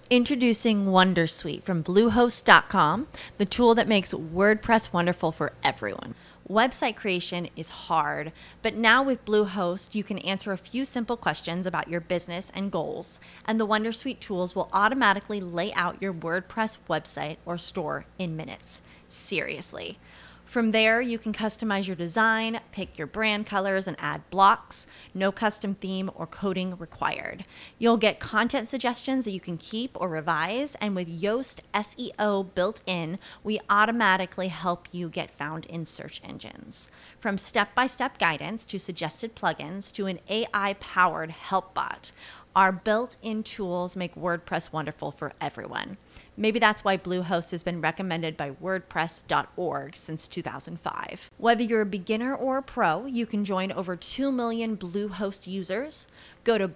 Introducing Wondersuite from Bluehost.com, the tool that makes WordPress wonderful for everyone. Website creation is hard, but now with Bluehost, you can answer a few simple questions about your business and goals, and the Wondersuite tools will automatically lay out your WordPress website or store in minutes. Seriously. From there, you can customize your design, pick your brand colors, and add blocks. No custom theme or coding required. You'll get content suggestions that you can keep or revise, and with Yoast SEO built in, we automatically help you get found in search engines. From step-by-step guidance to suggested plugins to an AI-powered help bot, our built-in tools make WordPress wonderful for everyone. Maybe that's why Bluehost has been recommended by WordPress.org since 2005. Whether you're a beginner or a pro, you can join over 2 million Bluehost users. Go to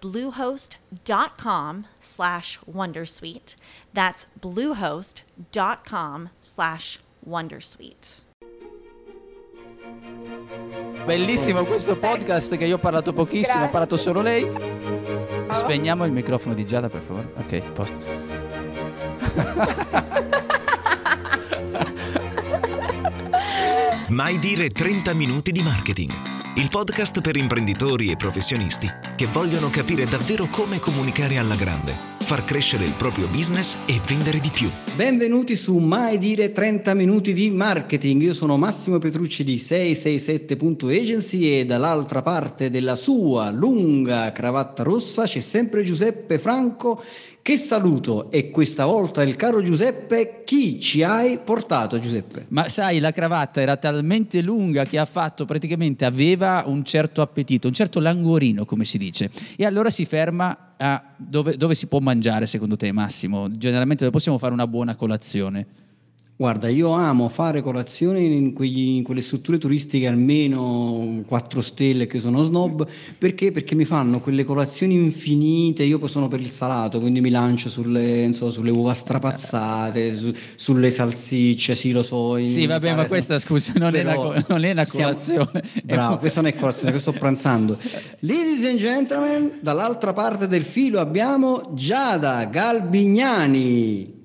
bluehost.com/wondersuite. That's bluehost.com/wondersuite. Bellissimo questo podcast che io ho parlato pochissimo, ha parlato solo lei. Spegniamo il microfono di Giada, per favore. Ok, posto. Mai dire 30 minuti di marketing. Il podcast per imprenditori e professionisti che vogliono capire davvero come comunicare alla grande, far crescere il proprio business e vendere di più. Benvenuti su Mai dire 30 minuti di marketing. Io sono Massimo Petrucci di 667.agency e dall'altra parte della sua lunga cravatta rossa c'è sempre Giuseppe Franco, che saluto. E questa volta, il caro Giuseppe, chi ci hai portato, Giuseppe? Ma sai, la cravatta era talmente lunga che aveva un certo appetito, un certo languorino, come si dice, e allora si ferma a dove si può mangiare, secondo te, Massimo? Generalmente dove possiamo fare una buona colazione? Guarda, io amo fare colazioni in quelle strutture turistiche almeno 4 stelle, che sono snob. Perché? Perché mi fanno quelle colazioni infinite. Io poi sono per il salato, quindi mi lancio sulle uova strapazzate, sulle salsicce, sì, lo so. Sì, vabbè, ma questa, scusa, non è una colazione. Bravo, questa non è colazione, che sto pranzando. Ladies and gentlemen, dall'altra parte del filo abbiamo Giada Galbignani.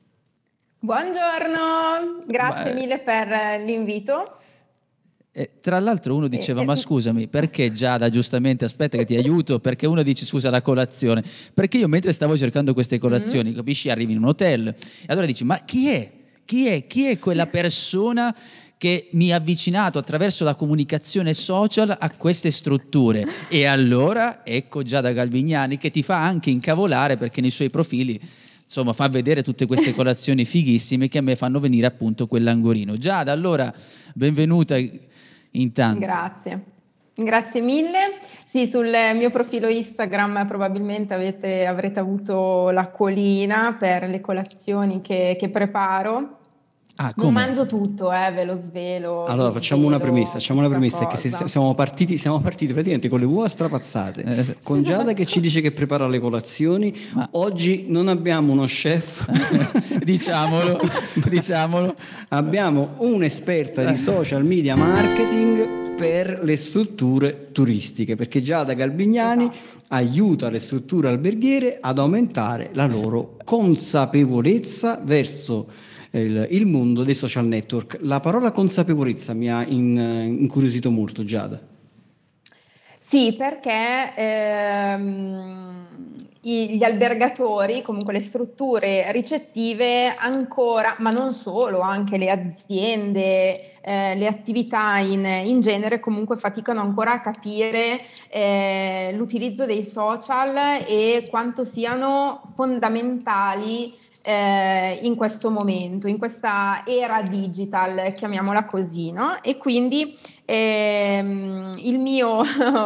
Buongiorno, grazie mille per l'invito. Tra l'altro uno diceva, ma scusami, perché Giada, giustamente, aspetta che ti aiuto, perché uno dice, scusa, la colazione, perché io mentre stavo cercando queste colazioni, capisci, arrivi in un hotel, e allora dici, ma chi è quella persona che mi ha avvicinato attraverso la comunicazione social a queste strutture? E allora ecco Giada Galbignani, che ti fa anche incavolare, perché nei suoi profili insomma fa vedere tutte queste colazioni fighissime che a me fanno venire appunto quell'angorino. Giada, allora benvenuta intanto. Grazie mille. Sì, sul mio profilo Instagram probabilmente avrete avuto l'acquolina per le colazioni che preparo. Non mangio tutto, ve lo svelo. Allora facciamo una premessa, che siamo partiti praticamente con le uova strapazzate, con Giada che ci dice che prepara le colazioni. Oggi non abbiamo uno chef, diciamolo. Abbiamo un'esperta di social media marketing per le strutture turistiche, perché Giada Galbignani aiuta le strutture alberghiere ad aumentare la loro consapevolezza verso il mondo dei social network. La parola consapevolezza mi ha incuriosito molto, Giada. Sì, perché gli albergatori, comunque le strutture ricettive ancora, ma non solo, anche le aziende, le attività in genere comunque faticano ancora a capire l'utilizzo dei social e quanto siano fondamentali in questo momento, in questa era digital, chiamiamola così, no? E quindi il mio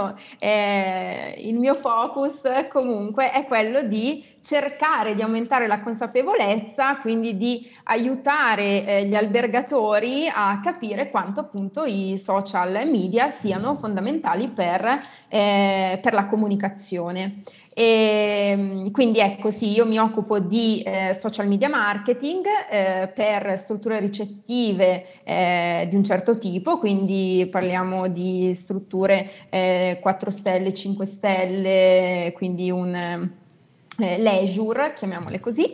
focus comunque è quello di cercare di aumentare la consapevolezza, quindi di aiutare gli albergatori a capire quanto appunto i social media siano fondamentali per la comunicazione. E quindi ecco, sì, io mi occupo di social media marketing per strutture ricettive di un certo tipo, quindi parliamo di strutture 4 stelle, 5 stelle, quindi leisure, chiamiamole così.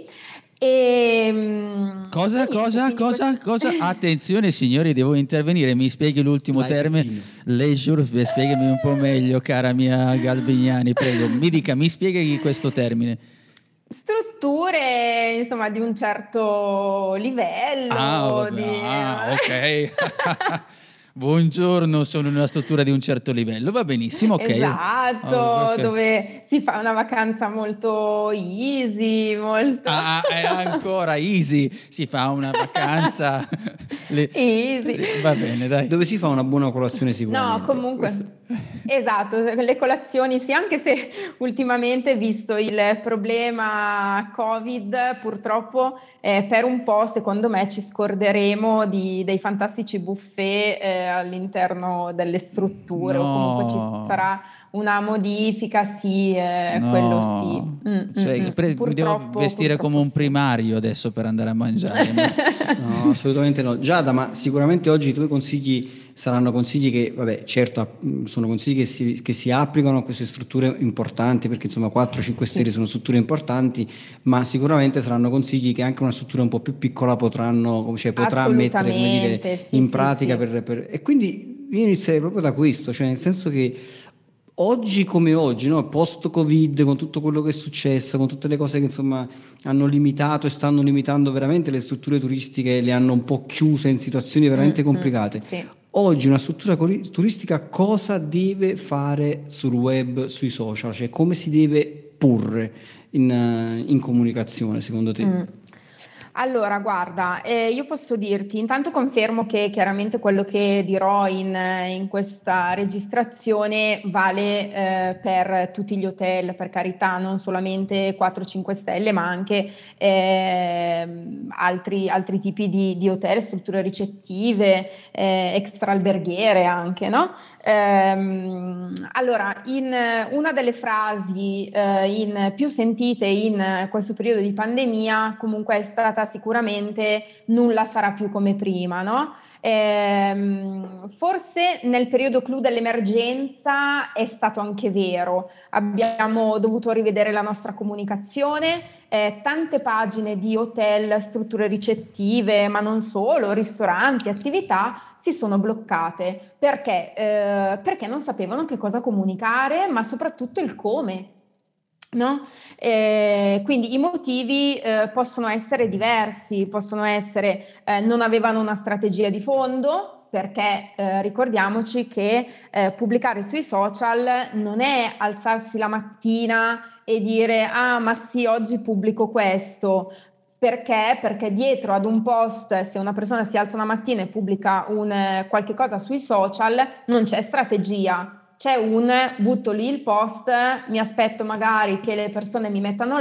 Cosa? Attenzione signori, devo intervenire, mi spieghi l'ultimo termine, leisure, spiegami un po' meglio, cara mia Galbignani, prego, mi spieghi questo termine. Strutture, insomma, di un certo livello. Ok. Buongiorno, sono in una struttura di un certo livello, va benissimo, ok. Esatto, okay. Dove si fa una vacanza molto easy, molto... ancora easy, si fa una vacanza... easy. Sì, va bene, dai. Dove si fa una buona colazione sicuramente. No, comunque... Esatto, le colazioni sì, anche se ultimamente, visto il problema Covid, purtroppo per un po', secondo me, ci scorderemo dei fantastici buffet all'interno delle strutture, o comunque ci sarà una modifica, sì, quello sì. Mi devo vestire come un primario adesso per andare a mangiare. No, assolutamente no. Giada, ma sicuramente oggi i tuoi consigli saranno consigli che, vabbè, certo, sono consigli che si applicano a queste strutture importanti, perché insomma 4-5 stelle sono strutture importanti, ma sicuramente saranno consigli che anche una struttura un po' più piccola potrà mettere, come dire, in pratica. E quindi io inizierei proprio da questo, cioè nel senso che oggi come oggi, no? Post Covid, con tutto quello che è successo, con tutte le cose che insomma hanno limitato e stanno limitando veramente le strutture turistiche, le hanno un po' chiuse in situazioni veramente complicate. Sì. Oggi una struttura turistica cosa deve fare sul web, sui social? Cioè come si deve porre in comunicazione secondo te? Allora, guarda, io posso dirti, intanto confermo che chiaramente quello che dirò in questa registrazione vale per tutti gli hotel, per carità, non solamente 4-5 stelle, ma anche altri tipi di hotel, strutture ricettive, extra alberghiere anche, no? Allora, una delle frasi più sentite in questo periodo di pandemia comunque è stata sicuramente nulla sarà più come prima, no? Forse nel periodo clou dell'emergenza è stato anche vero, abbiamo dovuto rivedere la nostra comunicazione, tante pagine di hotel, strutture ricettive, ma non solo, ristoranti, attività si sono bloccate perché non sapevano che cosa comunicare, ma soprattutto il come. No? Quindi i motivi possono essere diversi, possono essere non avevano una strategia di fondo, perché ricordiamoci che pubblicare sui social non è alzarsi la mattina e dire ah ma sì oggi pubblico questo. Perché? Perché dietro ad un post, se una persona si alza una mattina e pubblica qualche cosa sui social, non c'è strategia. C'è butto lì il post, mi aspetto magari che le persone mi mettano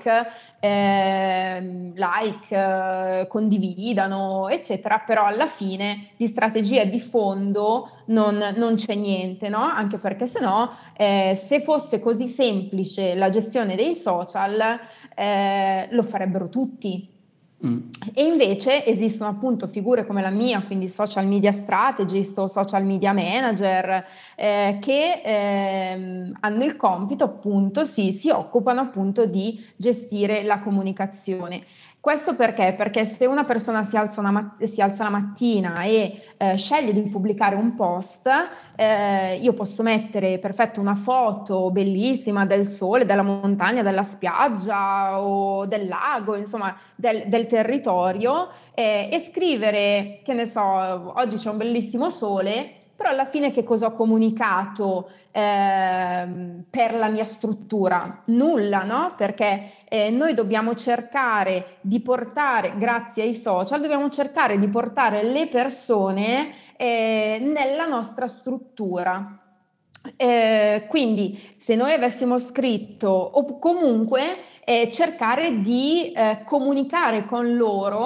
condividano, eccetera, però alla fine di strategia di fondo non c'è niente, no? Anche perché sennò, se fosse così semplice la gestione dei social, lo farebbero tutti. E invece esistono appunto figure come la mia, quindi social media strategist o social media manager, che hanno il compito appunto, si occupano appunto di gestire la comunicazione. Questo perché? Perché se una persona si alza la mattina e sceglie di pubblicare un post, io posso mettere perfetto una foto bellissima del sole, della montagna, della spiaggia o del lago, insomma del territorio, e scrivere, che ne so, oggi c'è un bellissimo sole, però alla fine che cosa ho comunicato per la mia struttura? Nulla, no? Perché noi dobbiamo cercare di portare, grazie ai social, dobbiamo cercare di portare le persone nella nostra struttura. Quindi se noi avessimo scritto o comunque cercare di comunicare con loro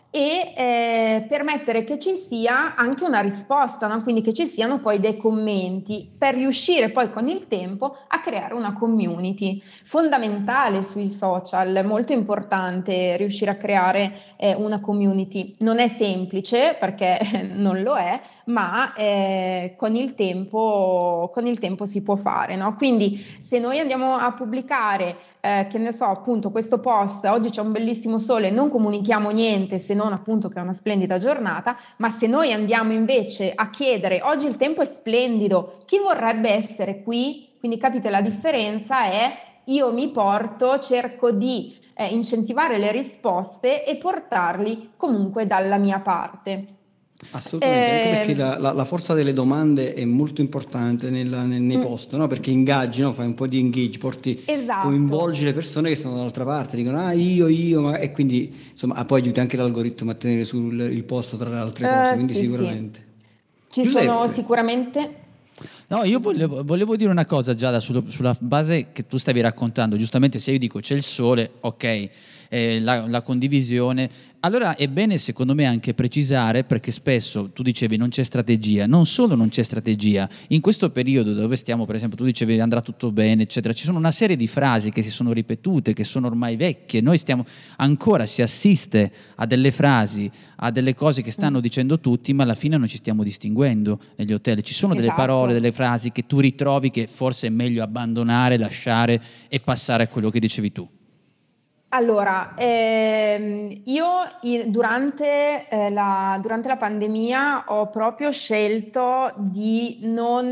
e permettere che ci sia anche una risposta, no? Quindi che ci siano poi dei commenti per riuscire poi con il tempo a creare una community. Fondamentale sui social, molto importante riuscire a creare una community. Non è semplice perché non lo è, ma con il tempo si può fare, no? Quindi se noi andiamo a pubblicare che ne so, appunto questo post, oggi c'è un bellissimo sole, non comunichiamo niente se non appunto che è una splendida giornata, ma se noi andiamo invece a chiedere oggi il tempo è splendido, chi vorrebbe essere qui? Quindi capite, la differenza è io mi porto, cerco di incentivare le risposte e portarli comunque dalla mia parte. Assolutamente, anche perché la forza delle domande è molto importante nei post, no? Perché ingaggi, no? Fai un po' di engage, coinvolgi le persone che sono dall'altra parte, dicono io, e quindi insomma poi aiuti anche l'algoritmo a tenere il posto tra le altre cose, quindi sì, sicuramente. Ci sono sicuramente... No, io volevo dire una cosa, Giada, sulla base che tu stavi raccontando. Giustamente, se io dico c'è il sole, ok, la condivisione, allora è bene secondo me anche precisare, perché spesso tu dicevi non c'è strategia, non solo non c'è strategia, in questo periodo dove stiamo, per esempio tu dicevi andrà tutto bene eccetera, ci sono una serie di frasi che si sono ripetute, che sono ormai vecchie, noi stiamo ancora, si assiste a delle frasi, a delle cose che stanno dicendo tutti, ma alla fine non ci stiamo distinguendo negli hotel, ci sono delle parole, delle frasi che tu ritrovi che forse è meglio abbandonare, lasciare e passare a quello che dicevi tu. Allora, io durante la pandemia ho proprio scelto di non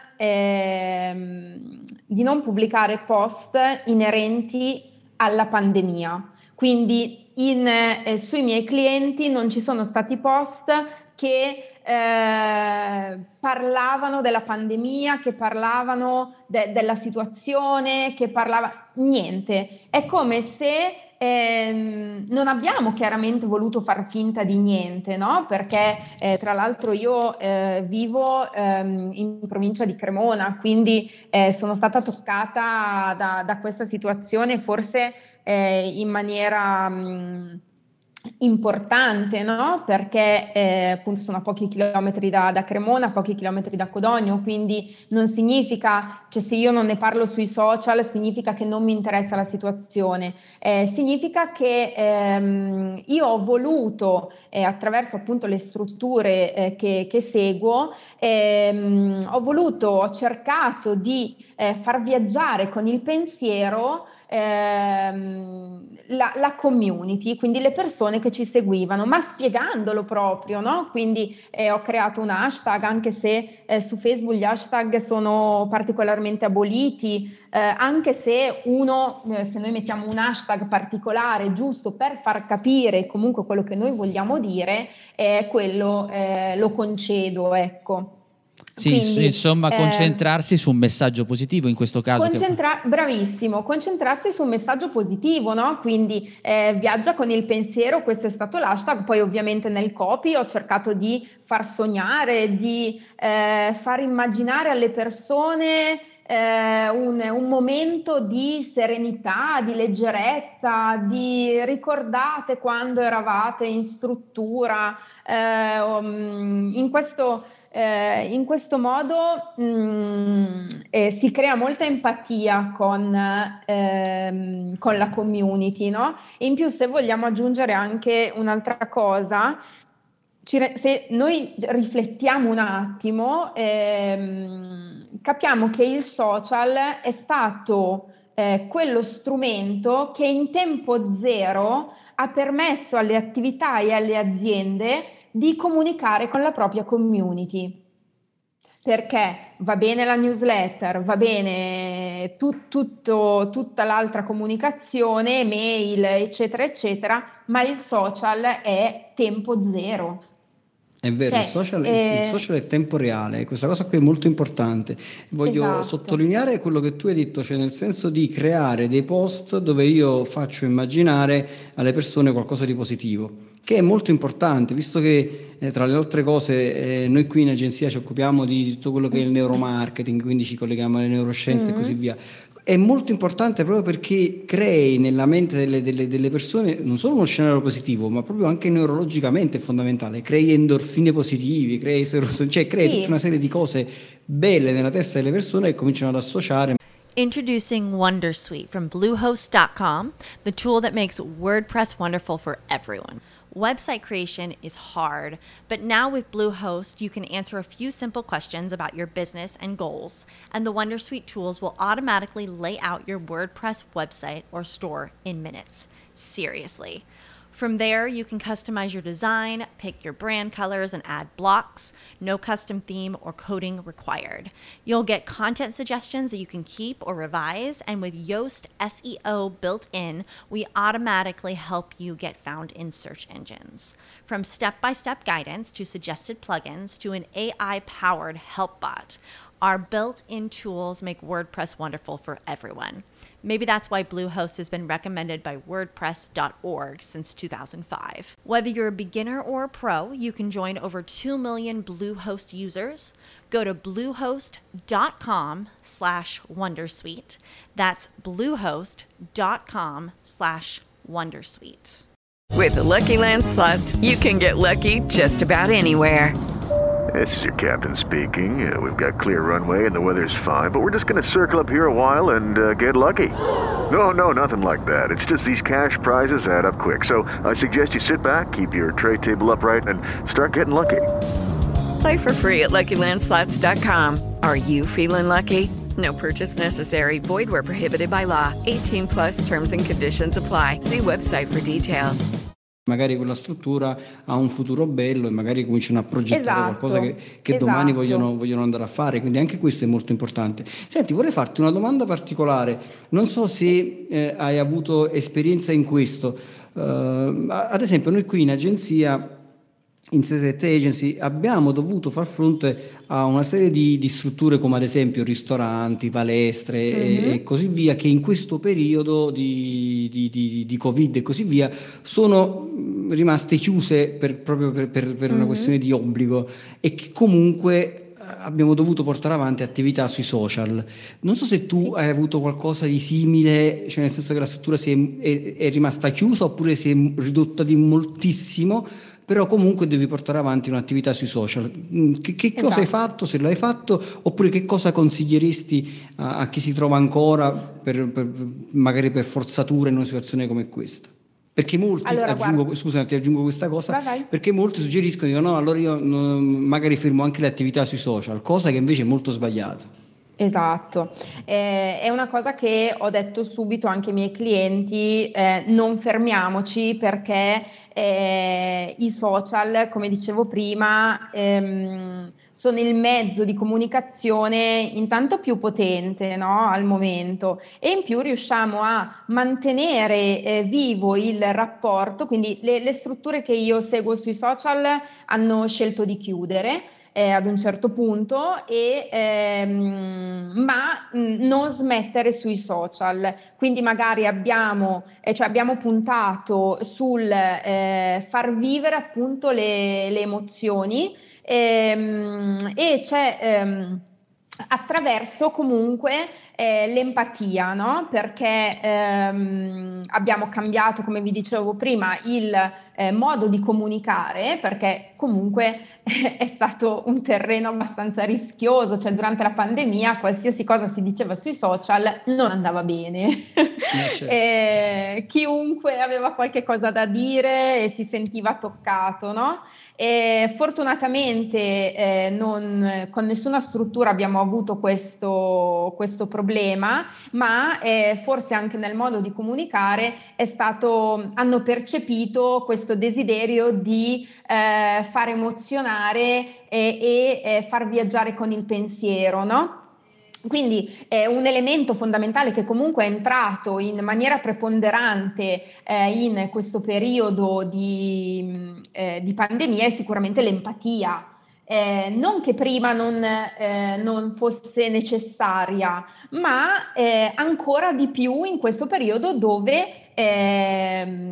pubblicare post inerenti alla pandemia. Quindi sui miei clienti non ci sono stati post che parlavano della pandemia, che parlavano della situazione, niente. È come se non abbiamo chiaramente voluto far finta di niente, no? Perché tra l'altro io vivo in provincia di Cremona, quindi sono stata toccata da questa situazione forse in maniera importante, no? Perché appunto sono a pochi chilometri da Cremona, a pochi chilometri da Codogno, quindi non significa, cioè se io non ne parlo sui social significa che non mi interessa la situazione, significa che io ho voluto attraverso appunto le strutture che seguo, ho cercato di far viaggiare con il pensiero la community, quindi le persone che ci seguivano, ma spiegandolo proprio, no? Quindi ho creato un hashtag, anche se su Facebook gli hashtag sono particolarmente aboliti, anche se se noi mettiamo un hashtag particolare giusto per far capire comunque quello che noi vogliamo dire, quello lo concedo, ecco. Sì, quindi, insomma, concentrarsi su un messaggio positivo in questo caso. Bravissimo, concentrarsi su un messaggio positivo, no? Quindi viaggia con il pensiero, questo è stato l'hashtag, poi ovviamente nel copy ho cercato di far sognare, di far immaginare alle persone un momento di serenità, di leggerezza, di ricordate quando eravate in struttura, in questo modo si crea molta empatia con la community, no? E in più, se vogliamo aggiungere anche un'altra cosa, se noi riflettiamo un attimo, capiamo che il social è stato quello strumento che in tempo zero ha permesso alle attività e alle aziende di comunicare con la propria community, perché va bene la newsletter, va bene tutta l'altra comunicazione, mail, eccetera, eccetera, ma il social è tempo zero. È vero, il social è tempo reale, questa cosa qui è molto importante. Voglio sottolineare quello che tu hai detto, cioè nel senso di creare dei post dove io faccio immaginare alle persone qualcosa di positivo, che è molto importante, visto che tra le altre cose noi qui in agenzia ci occupiamo di tutto quello che è il neuromarketing, quindi ci colleghiamo alle neuroscienze e così via. è molto importante proprio perché crei nella mente delle persone non solo uno scenario positivo, ma proprio anche neurologicamente è fondamentale. Crei endorfine positive, crei tutta una serie di cose belle nella testa delle persone che cominciano ad associare. Introducing Wondersuite from Bluehost.com, the tool that makes WordPress wonderful for everyone. Website creation is hard, but now with Bluehost, you can answer a few simple questions about your business and goals, and the Wondersuite tools will automatically lay out your WordPress website or store in minutes. Seriously. From there, you can customize your design, pick your brand colors, and add blocks. No custom theme or coding required. You'll get content suggestions that you can keep or revise, and with Yoast SEO built in, we automatically help you get found in search engines. From step-by-step guidance to suggested plugins to an AI-powered help bot, our built-in tools make WordPress wonderful for everyone. Maybe that's why Bluehost has been recommended by WordPress.org since 2005. Whether you're a beginner or a pro, you can join over 2 million Bluehost users. Go to bluehost.com/wondersuite. That's bluehost.com/wondersuite. With the Lucky Land Slots, you can get lucky just about anywhere. This is your captain speaking. We've got clear runway and the weather's fine, but we're just going to circle up here a while and get lucky. No, nothing like that. It's just these cash prizes add up quick. So I suggest you sit back, keep your tray table upright, and start getting lucky. Play for free at LuckyLandSlots.com. Are you feeling lucky? No purchase necessary. Void where prohibited by law. 18+ terms and conditions apply. See website for details. Magari quella struttura ha un futuro bello e magari cominciano a progettare qualcosa che domani vogliono andare a fare, quindi anche questo è molto importante. Senti, vorrei farti una domanda particolare, non so se hai avuto esperienza in questo. Ad esempio noi qui in agenzia, in 67 Agency, abbiamo dovuto far fronte a una serie di strutture come ad esempio ristoranti, palestre e così via, che in questo periodo di Covid e così via sono rimaste chiuse proprio per una questione di obbligo, e che comunque abbiamo dovuto portare avanti attività sui social. Non so se tu hai avuto qualcosa di simile, cioè nel senso che la struttura è rimasta chiusa oppure si è ridotta di moltissimo, però comunque devi portare avanti un'attività sui social. Che cosa hai fatto, se lo hai fatto, oppure che cosa consiglieresti a chi si trova ancora magari per forzatura in una situazione come questa? Perché molti, ti aggiungo questa cosa, vai. Perché molti suggeriscono, dicono no, allora io magari fermo anche le attività sui social, cosa che invece è molto sbagliata. Esatto, è una cosa che ho detto subito anche ai miei clienti, non fermiamoci perché i social, come dicevo prima, sono il mezzo di comunicazione intanto più potente, no, al momento, e in più riusciamo a mantenere vivo il rapporto, quindi le strutture che io seguo sui social hanno scelto di chiudere ad un certo punto, ma non smettere sui social. Quindi magari abbiamo puntato sul far vivere appunto le emozioni e c'è attraverso comunque l'empatia, no? Perché abbiamo cambiato, come vi dicevo prima, il modo di comunicare, perché comunque è stato un terreno abbastanza rischioso, cioè durante la pandemia qualsiasi cosa si diceva sui social non andava bene. Certo. Chiunque aveva qualche cosa da dire e si sentiva toccato, no? E fortunatamente con nessuna struttura abbiamo avuto questo problema, ma forse anche nel modo di comunicare hanno percepito questo desiderio di far emozionare e far viaggiare con il pensiero, no? Quindi un elemento fondamentale che comunque è entrato in maniera preponderante in questo periodo di pandemia è sicuramente l'empatia. Non che prima non fosse necessaria, ma ancora di più in questo periodo dove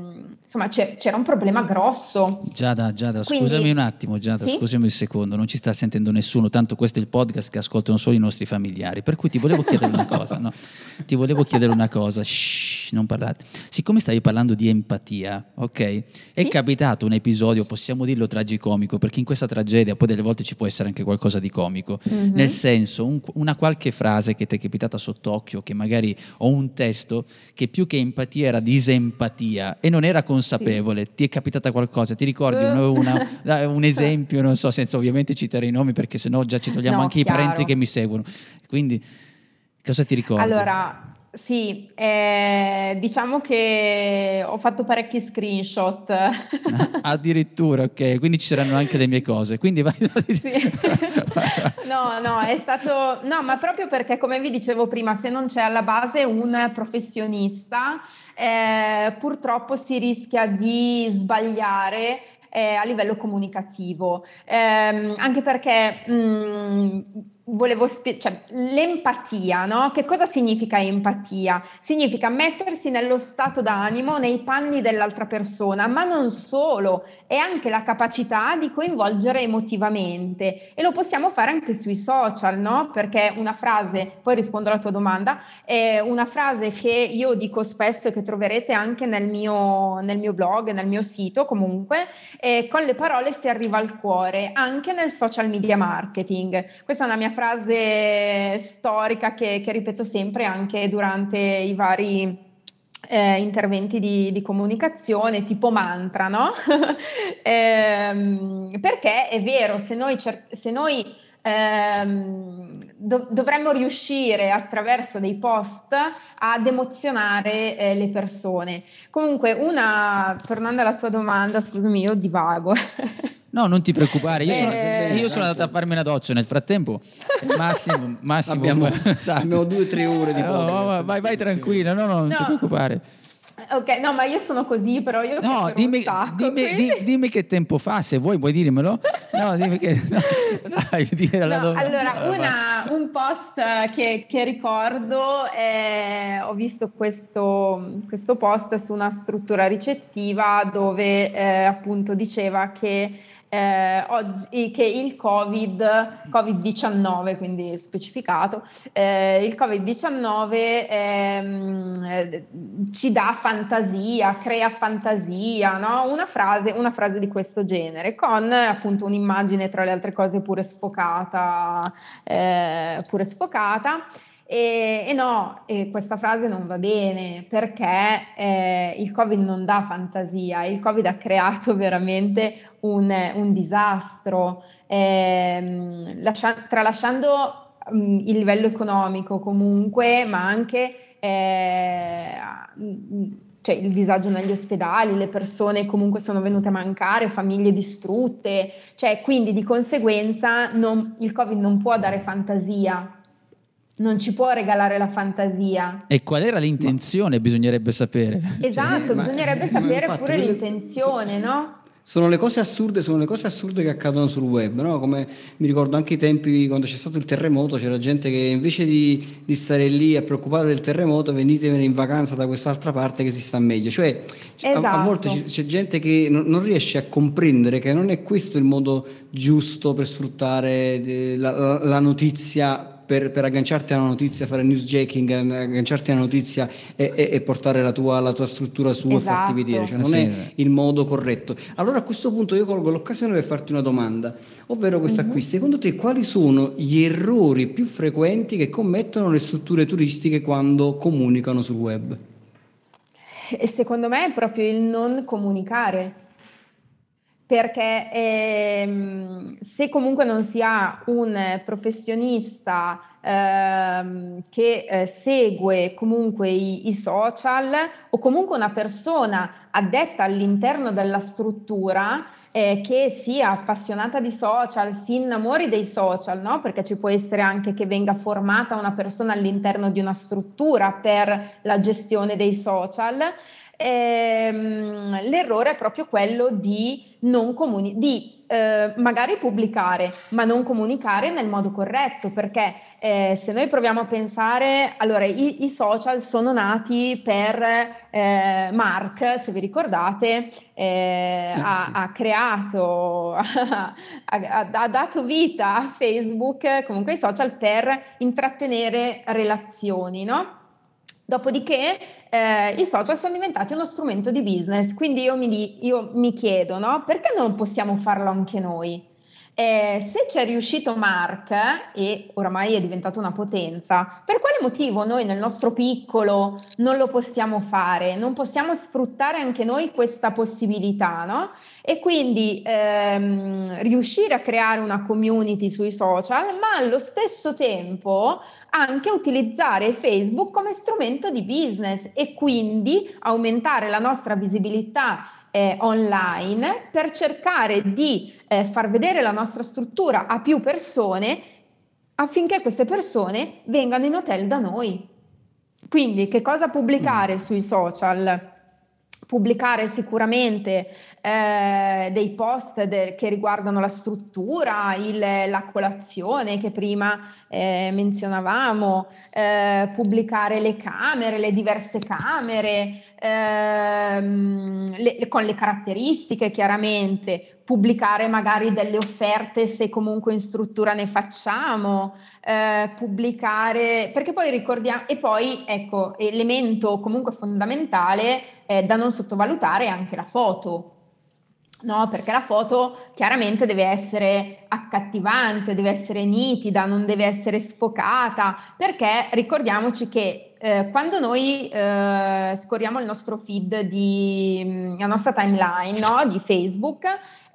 insomma c'era un problema grosso. Giada, Quindi, scusami un attimo, sì? scusami un secondo, non ci sta sentendo nessuno, tanto questo è il podcast che ascoltano solo i nostri familiari, per cui ti volevo chiedere una cosa, no? Ti volevo chiedere una cosa, shh, non parlate. Siccome stavi parlando di empatia, ok? È Sì? capitato un episodio, possiamo dirlo tragicomico, perché in questa tragedia poi delle volte ci può essere anche qualcosa di comico, nel senso una qualche frase che ti è capitata sott'occhio, che magari, o un testo che più che empatia era disempatia e non era consapevole, ti è capitata qualcosa, ti ricordi un esempio, non so, senza ovviamente citare i nomi perché sennò già ci togliamo No, anche chiaro. i parenti che mi seguono, quindi cosa ti ricordi? Allora, sì, diciamo che ho fatto parecchi screenshot. Addirittura, ok, quindi ci saranno anche le mie cose, quindi vai. Sì. No, è stato... No, ma proprio perché, come vi dicevo prima, se non c'è alla base un professionista, purtroppo si rischia di sbagliare a livello comunicativo. Anche perché cioè, l'empatia, no? Che cosa significa empatia? Significa mettersi nello stato d'animo, nei panni dell'altra persona, ma non solo, è anche la capacità di coinvolgere emotivamente, e lo possiamo fare anche sui social, no? Perché una frase, poi rispondo alla tua domanda, è una frase che io dico spesso e che troverete anche nel mio blog, nel mio sito comunque, con le parole si arriva al cuore, anche nel social media marketing. Questa è una mia frase storica che ripeto sempre anche durante i vari interventi di comunicazione, tipo mantra, no? Perché è vero, se noi dovremmo riuscire attraverso dei post ad emozionare le persone. Comunque, tornando alla tua domanda, scusami, io divago. No, non ti preoccupare, io sono andato a farmi una doccia nel frattempo. Massimo Abbiamo esatto. 2 o 3 ore di podcast. Vai tranquilla, no, non ti preoccupare. Ok, no, ma io sono così, però io No, dimmi che tempo fa, se vuoi dirmelo. No, dimmi che dai, allora, un post che ricordo ho visto questo post su una struttura ricettiva dove appunto diceva che oggi che il Covid-19, quindi specificato, il Covid-19 ci dà fantasia, crea fantasia, no? Una frase di questo genere, con appunto un'immagine tra le altre cose pure sfocata. E no, questa frase non va bene, perché il Covid non dà fantasia, il Covid ha creato veramente un disastro, tralasciando il livello economico comunque, ma anche cioè il disagio negli ospedali, le persone comunque sono venute a mancare, famiglie distrutte, cioè quindi di conseguenza il Covid non può dare fantasia. Non ci può regalare la fantasia. E qual era l'intenzione? Bisognerebbe sapere. Esatto, bisognerebbe sapere infatti, pure l'intenzione, no? Sono le cose assurde che accadono sul web, no? Come mi ricordo anche i tempi quando c'è stato il terremoto, c'era gente che invece di stare lì a preoccupare del terremoto, venitevene in vacanza da quest'altra parte che si sta meglio. Cioè, esatto. a volte c'è gente che non riesce a comprendere che non è questo il modo giusto per sfruttare la notizia, per agganciarti a una notizia, fare newsjacking, agganciarti a una notizia e portare la tua struttura su e farti vedere, cioè non è il modo corretto. Allora a questo punto io colgo l'occasione per farti una domanda, ovvero questa qui: secondo te quali sono gli errori più frequenti che commettono le strutture turistiche quando comunicano sul web? E secondo me è proprio il non comunicare. Perché se comunque non si ha un professionista che segue comunque i social, o comunque una persona addetta all'interno della struttura che sia appassionata di social, si innamori dei social, no? Perché ci può essere anche che venga formata una persona all'interno di una struttura per la gestione dei social, l'errore è proprio quello di magari pubblicare, ma non comunicare nel modo corretto, perché se noi proviamo a pensare, allora i social sono nati per Mark, se vi ricordate, ha creato, ha dato vita a Facebook, comunque ai social, per intrattenere relazioni, no? Dopodiché i social sono diventati uno strumento di business, quindi io mi chiedo, no? Perché non possiamo farlo anche noi? Se c'è riuscito Mark e oramai è diventato una potenza, per quale motivo noi nel nostro piccolo non lo possiamo fare? Non possiamo sfruttare anche noi questa possibilità, no? E quindi riuscire a creare una community sui social, ma allo stesso tempo anche utilizzare Facebook come strumento di business e quindi aumentare la nostra visibilità online per cercare di far vedere la nostra struttura a più persone affinché queste persone vengano in hotel da noi. Quindi che cosa pubblicare sui social? Pubblicare sicuramente dei post che riguardano la struttura, la colazione che prima menzionavamo, pubblicare le camere, le diverse camere, con le caratteristiche chiaramente, pubblicare magari delle offerte se comunque in struttura ne facciamo, pubblicare, perché poi ricordiamo, e poi ecco, elemento comunque fondamentale da non sottovalutare è anche la foto. No, perché la foto chiaramente deve essere accattivante, deve essere nitida, non deve essere sfocata, perché ricordiamoci che quando noi scorriamo il nostro feed, la nostra timeline, no, di Facebook,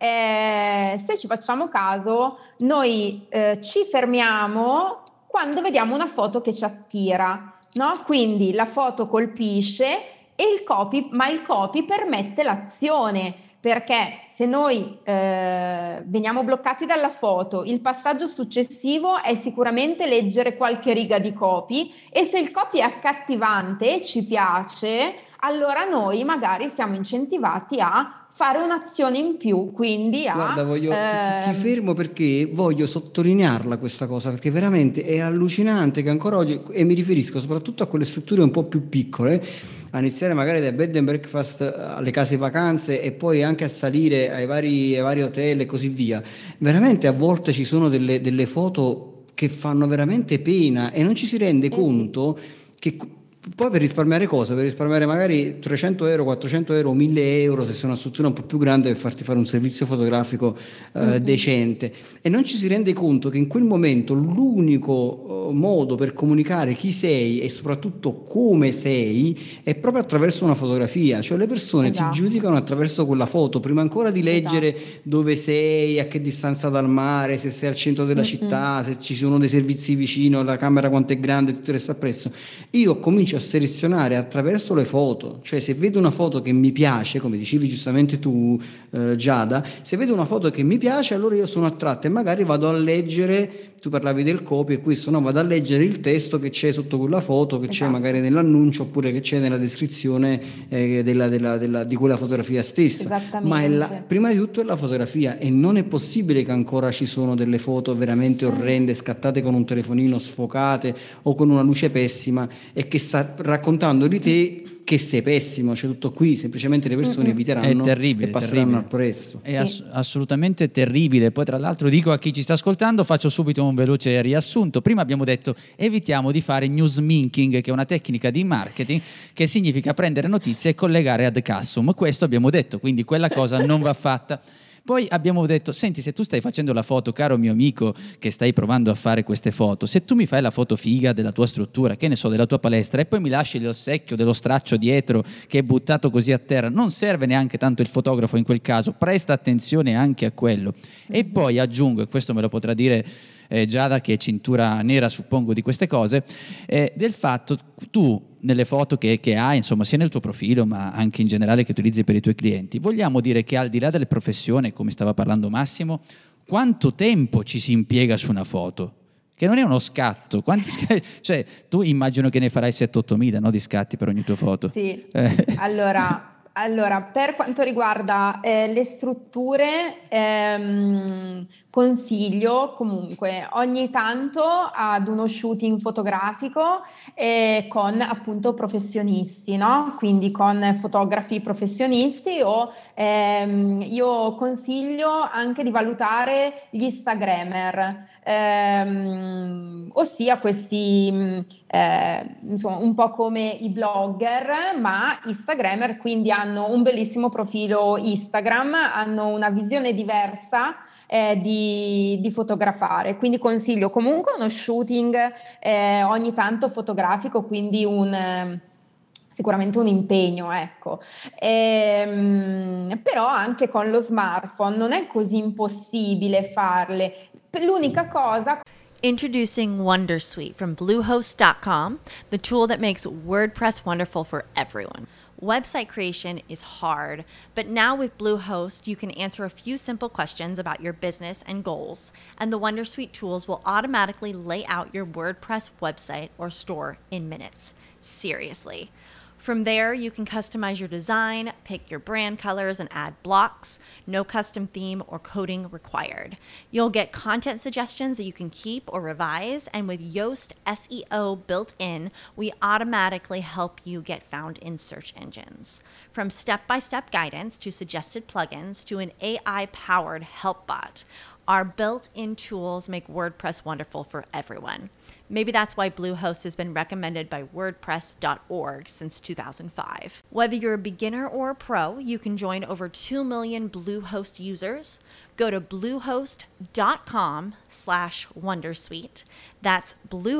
se ci facciamo caso, noi ci fermiamo quando vediamo una foto che ci attira, no? Quindi la foto colpisce e il copy permette l'azione. Perché se noi veniamo bloccati dalla foto, il passaggio successivo è sicuramente leggere qualche riga di copy, e se il copy è accattivante e ci piace, allora noi magari siamo incentivati a fare un'azione in più, quindi Guarda, ti fermo perché voglio sottolinearla questa cosa, perché veramente è allucinante che ancora oggi, e mi riferisco soprattutto a quelle strutture un po' più piccole, a iniziare magari dai bed and breakfast alle case vacanze e poi anche a salire ai vari hotel e così via, veramente a volte ci sono delle foto che fanno veramente pena e non ci si rende conto che poi per risparmiare cosa? Per risparmiare magari 300 euro, 400 euro, 1000 euro se sei una struttura un po' più grande, per farti fare un servizio fotografico decente, e non ci si rende conto che in quel momento l'unico modo per comunicare chi sei e soprattutto come sei è proprio attraverso una fotografia, cioè le persone ti giudicano attraverso quella foto prima ancora di leggere dove sei, a che distanza dal mare, se sei al centro della città, se ci sono dei servizi vicino, la camera quanto è grande, tutto il resto appresso. Io comincio a selezionare attraverso le foto, cioè se vedo una foto che mi piace, come dicevi giustamente tu Giada, se vedo una foto che mi piace, allora io sono attratto e magari vado a leggere, tu parlavi del copy e questo, no, vado a leggere il testo che c'è sotto quella foto, che c'è magari nell'annuncio oppure che c'è nella descrizione di quella fotografia stessa. Ma prima di tutto è la fotografia, e non è possibile che ancora ci sono delle foto veramente orrende, scattate con un telefonino, sfocate o con una luce pessima, e che sta raccontando di te che sei pessimo, c'è tutto qui, semplicemente le persone eviteranno e passeranno al presto. È assolutamente terribile. Poi tra l'altro dico a chi ci sta ascoltando, faccio subito un veloce riassunto. Prima abbiamo detto evitiamo di fare newsminking, che è una tecnica di marketing che significa prendere notizie e collegare ad cassum. Questo abbiamo detto, quindi quella cosa non va fatta. Poi abbiamo detto, senti, se tu stai facendo la foto, caro mio amico che stai provando a fare queste foto, se tu mi fai la foto figa della tua struttura, che ne so, della tua palestra, e poi mi lasci lo secchio dello straccio dietro che è buttato così a terra, non serve neanche tanto il fotografo in quel caso, presta attenzione anche a quello. E poi aggiungo, e questo me lo potrà dire Giada, che è cintura nera suppongo di queste cose, del fatto tu nelle foto che hai, insomma, sia nel tuo profilo ma anche in generale che utilizzi per i tuoi clienti, vogliamo dire che al di là delle professioni, come stava parlando Massimo, quanto tempo ci si impiega su una foto? che non è uno scatto. Cioè, tu immagino che ne farai 7-8 mila, no, di scatti per ogni tua foto. Sì, allora, per quanto riguarda le strutture, consiglio comunque ogni tanto ad uno shooting fotografico con appunto professionisti, no? Quindi con fotografi professionisti o io consiglio anche di valutare gli Instagrammer, ossia questi insomma un po' come i blogger ma Instagrammer, quindi hanno un bellissimo profilo Instagram, hanno una visione diversa di fotografare, quindi consiglio comunque uno shooting ogni tanto fotografico, quindi sicuramente un impegno, ecco. Però anche con lo smartphone non è così impossibile farle. L'unica cosa... Introducing Wondersuite from Bluehost.com, the tool that makes WordPress wonderful for everyone. Website creation is hard, but now with Bluehost, you can answer a few simple questions about your business and goals, and the Wondersuite tools will automatically lay out your WordPress website or store in minutes. Seriously. From there, you can customize your design, pick your brand colors, and add blocks. No custom theme or coding required. You'll get content suggestions that you can keep or revise, and with Yoast SEO built in, we automatically help you get found in search engines. From step-by-step guidance to suggested plugins to an AI-powered help bot, our built-in tools make WordPress wonderful for everyone. Maybe that's why Bluehost has been recommended by WordPress.org since 2005. Whether you're a beginner or a pro, you can join over 2 million Bluehost users. Go to bluehost.com/wondersuite. That's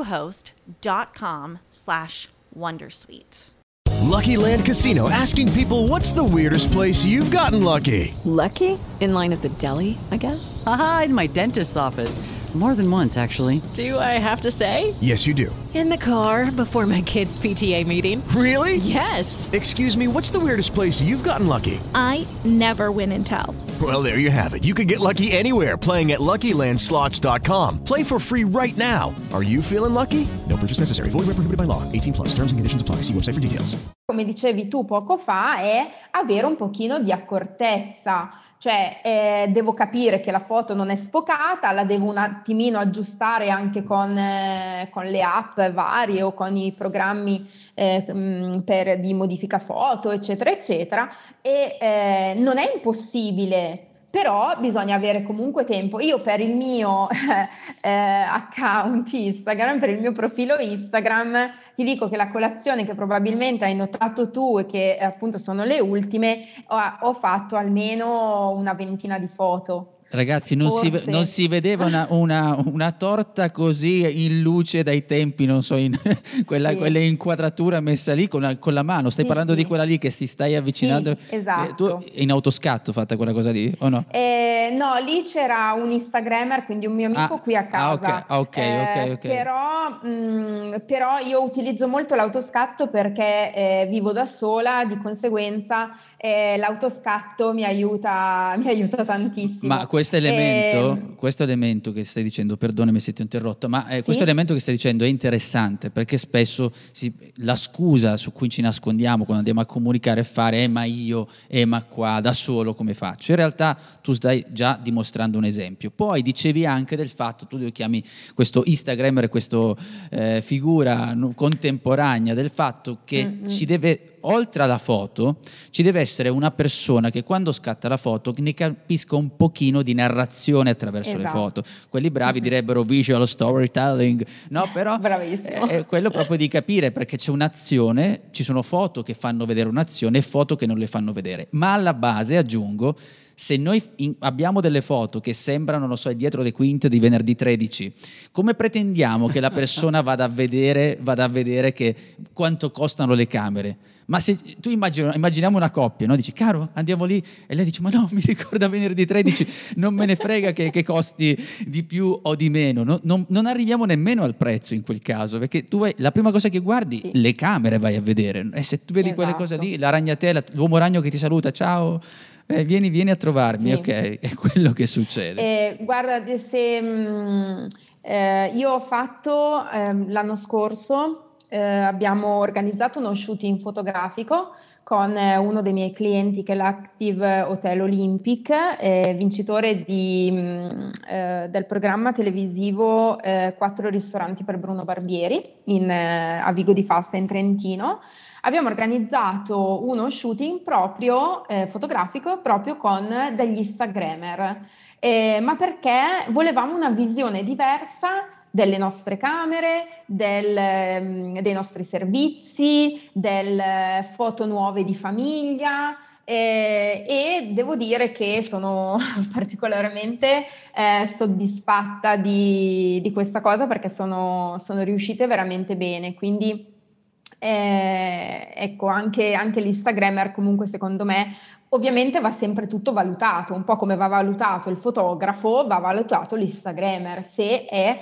bluehost.com/wondersuite. Lucky Land Casino, asking people, what's the weirdest place you've gotten lucky? Lucky? In line at the deli, I guess? Aha, in my dentist's office. More than once, actually. Do I have to say? Yes, you do. In the car before my kids' PTA meeting. Really? Yes. Excuse me, what's the weirdest place you've gotten lucky? I never win and tell. Well, there you have it. You can get lucky anywhere, playing at LuckyLandSlots.com. Play for free right now. Are you feeling lucky? No purchase necessary. Void where prohibited by law. 18+. Terms and conditions apply. See website for details. Come dicevi tu poco fa, è avere un pochino di accortezza. Cioè devo capire che la foto non è sfocata, la devo un attimino aggiustare anche con le app varie o con i programmi di modifica foto, eccetera, eccetera, e non è impossibile. Però bisogna avere comunque tempo. Io per il mio account Instagram, per il mio profilo Instagram, ti dico che la colazione che probabilmente hai notato tu e che appunto sono le ultime, ho fatto almeno una ventina di foto. Ragazzi, non si vedeva una torta così in luce dai tempi, non so, quella inquadratura messa lì con la mano. Stai parlando di quella lì che si stai avvicinando? Sì, esatto. Tu in autoscatto fatta quella cosa lì o no? No, lì c'era un Instagrammer, quindi un mio amico qui a casa. Ok. Però io utilizzo molto l'autoscatto perché vivo da sola, di conseguenza l'autoscatto mi aiuta tantissimo. Ma questo elemento che stai dicendo, perdonami se ti ho interrotto, ma questo elemento che stai dicendo è interessante, perché spesso la scusa su cui ci nascondiamo quando andiamo a comunicare e fare ma io, ma qua, da solo come faccio? In realtà tu stai già dimostrando un esempio. Poi dicevi anche del fatto, tu lo chiami questo Instagrammer, questo figura contemporanea, del fatto che ci deve, oltre alla foto, ci deve essere una persona che quando scatta la foto ne capisca un pochino di narrazione attraverso le foto. Quelli bravi direbbero visual storytelling, no? Però è quello proprio di capire, perché c'è un'azione, ci sono foto che fanno vedere un'azione e foto che non le fanno vedere. Ma alla base, aggiungo, se noi abbiamo delle foto che sembrano, non so, dietro le quinte di venerdì 13, come pretendiamo che la persona vada a vedere che quanto costano le camere? Ma se tu immaginiamo una coppia, no? Dici, caro, andiamo lì, e lei dice, ma no, mi ricorda venerdì 13, non me ne frega che costi di più o di meno. Non arriviamo nemmeno al prezzo in quel caso, perché tu la prima cosa che guardi, le camere vai a vedere, e se tu vedi quelle cose lì, la ragnatela, l'uomo ragno che ti saluta, ciao, vieni a trovarmi, ok, è quello che succede. Guarda, Io ho fatto l'anno scorso, abbiamo organizzato uno shooting fotografico con uno dei miei clienti che è l'Active Hotel Olympic, vincitore del programma televisivo 4 ristoranti per Bruno Barbieri a Vigo di Fasta in Trentino. Abbiamo organizzato uno shooting proprio fotografico proprio con degli Instagrammer, ma perché volevamo una visione diversa delle nostre camere, dei nostri servizi, delle foto nuove di famiglia, e devo dire che sono particolarmente soddisfatta di questa cosa, perché sono riuscite veramente bene. Quindi ecco, anche l'Instagrammer comunque secondo me ovviamente va sempre tutto valutato, un po' come va valutato il fotografo, va valutato l'Instagrammer, se è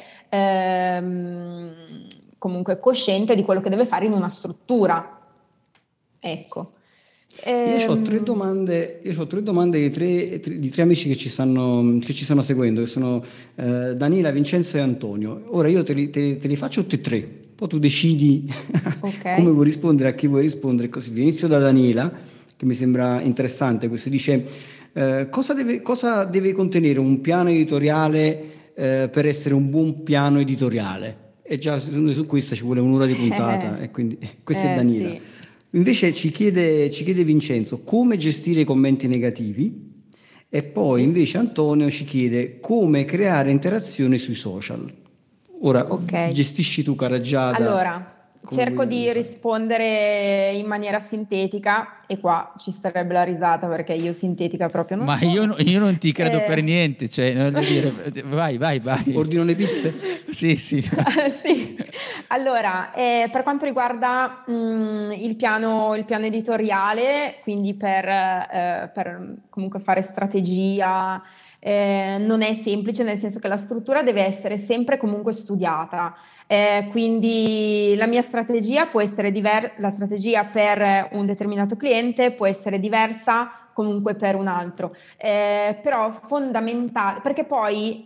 comunque cosciente di quello che deve fare in una struttura. Ecco. Io ho tre domande di tre amici che ci stanno seguendo, che sono Daniela, Vincenzo e Antonio. Ora io te li faccio tutti e tre, poi tu decidi come vuoi rispondere, a chi vuoi rispondere e così via. Inizio da Daniela, che mi sembra interessante. Questo dice: cosa deve contenere un piano editoriale per essere un buon piano editoriale? E già su questa ci vuole un'ora di puntata, e quindi questa è Daniela. Sì. Invece ci chiede Vincenzo come gestire i commenti negativi, e poi invece Antonio ci chiede come creare interazione sui social. Ora gestisci tu, cara Giada. Allora, cerco di rispondere in maniera sintetica, e qua ci starebbe la risata perché io sintetica proprio non sono. Io non ti credo per niente, cioè, non voglio dire, vai. Ordino le pizze? Sì. Sì. Allora, per quanto riguarda il piano editoriale, quindi per comunque fare strategia, non è semplice, nel senso che la struttura deve essere sempre comunque studiata. Quindi la mia strategia può essere la strategia per un determinato cliente può essere diversa comunque per un altro, però fondamentale, perché poi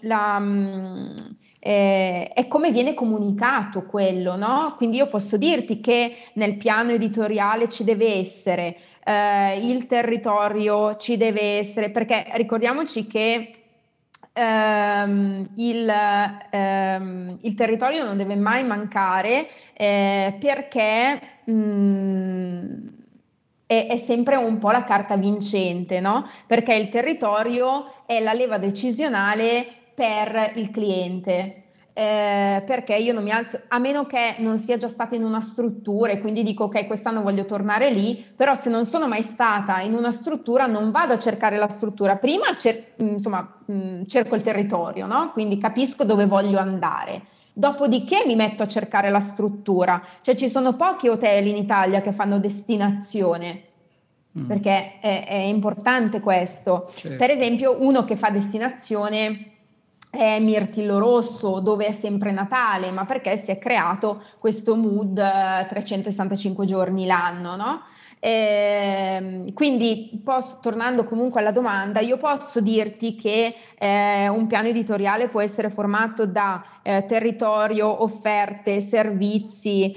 è come viene comunicato quello, no? Quindi io posso dirti che nel piano editoriale ci deve essere il territorio, ci deve essere, perché ricordiamoci che il territorio non deve mai mancare, perché è sempre un po' la carta vincente, no? Perché il territorio è la leva decisionale per il cliente. Perché io non mi alzo, a meno che non sia già stata in una struttura e quindi dico ok, quest'anno voglio tornare lì, però se non sono mai stata in una struttura non vado a cercare la struttura, prima cerco il territorio, no? Quindi capisco dove voglio andare, dopodiché mi metto a cercare la struttura. Cioè ci sono pochi hotel in Italia che fanno destinazione, perché è importante questo. Certo. Per esempio uno che fa destinazione è Mirtillo Rosso, dove è sempre Natale, ma perché si è creato questo mood 365 giorni l'anno, no? Quindi tornando comunque alla domanda, io posso dirti che un piano editoriale può essere formato da territorio, offerte, servizi,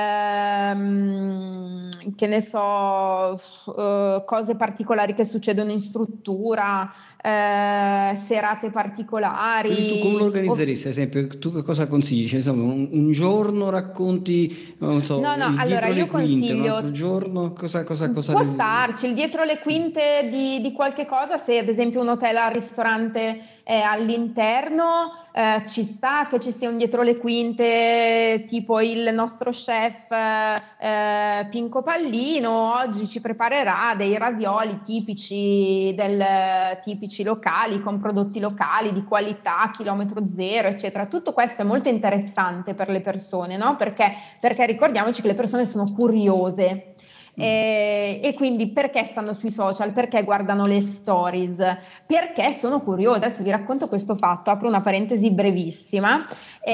che ne so, cose particolari che succedono in struttura, serate particolari. Quindi tu come lo organizzeresti? Ad esempio, tu che cosa consigli? Cioè, insomma, un giorno racconti, non so, allora io consiglio un altro giorno cosa può starci il dietro le quinte di qualche cosa. Se ad esempio un hotel al ristorante è all'interno, ci sta che ci sia un dietro le quinte, tipo il nostro chef Pinco Pallino oggi ci preparerà dei ravioli tipici locali, con prodotti locali di qualità, chilometro zero, eccetera. Tutto questo è molto interessante per le persone, no? Perché ricordiamoci che le persone sono curiose. E quindi perché stanno sui social? Perché guardano le stories? Perché sono curiose. Adesso vi racconto questo fatto, apro una parentesi brevissima.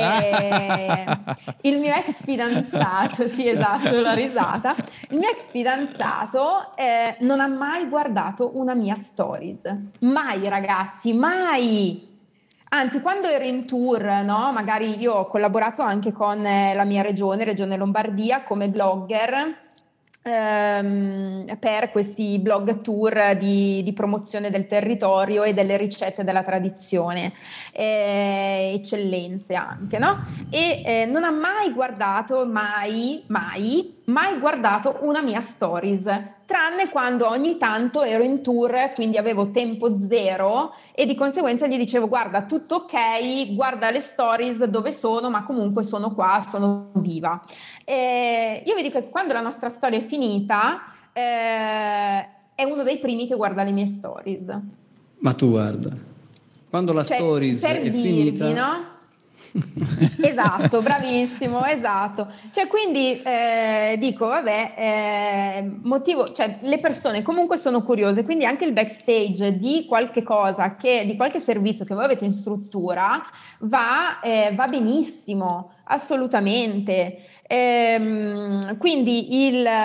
Il mio ex fidanzato, sì esatto, la risata, il mio ex fidanzato non ha mai guardato una mia stories, mai ragazzi, mai. Anzi, quando ero in tour, no? Magari io ho collaborato anche con la mia regione Lombardia, come blogger per questi blog tour di promozione del territorio e delle ricette della tradizione, eccellenze anche, no? E non ha mai guardato, mai guardato una mia stories, tranne quando ogni tanto ero in tour, quindi avevo tempo zero e di conseguenza gli dicevo: guarda, tutto ok, guarda le stories dove sono, ma comunque sono qua, sono viva. Io vi dico che quando la nostra storia è finita, è uno dei primi che guarda le mie stories. Ma tu guarda, quando la stories per è dirvi, finita, no? Esatto, bravissimo, esatto. Cioè, quindi dico, vabbè, motivo, cioè le persone comunque sono curiose, quindi anche il backstage di qualche cosa, di qualche servizio che voi avete in struttura va benissimo, assolutamente. Quindi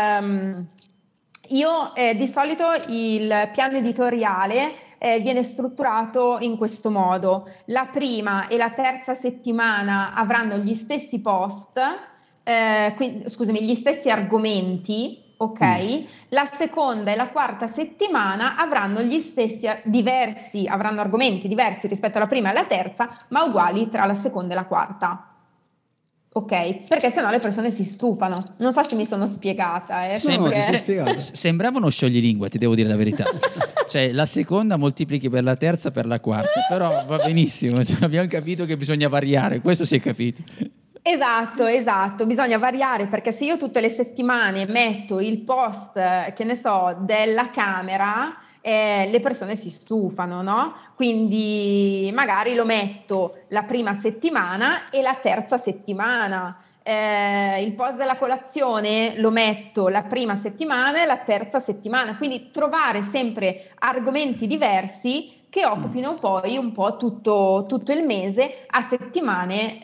io di solito il piano editoriale viene strutturato in questo modo: la prima e la terza settimana avranno gli stessi post, gli stessi argomenti, ok? La seconda e la quarta settimana avranno gli stessi avranno argomenti diversi rispetto alla prima e alla terza, ma uguali tra la seconda e la quarta. Ok, perché sennò le persone si stufano. Non so se mi sono spiegata. Sembrava uno scioglilingua, ti devo dire la verità. Cioè, la seconda moltiplichi per la terza, per la quarta, però va benissimo. Cioè, abbiamo capito che bisogna variare, questo si è capito. Esatto, bisogna variare, perché se io tutte le settimane metto il post, che ne so, della camera, le persone si stufano, no? Quindi magari lo metto la prima settimana e la terza settimana. Il post della colazione lo metto la prima settimana e la terza settimana, quindi trovare sempre argomenti diversi che occupino poi un po' tutto il mese a settimane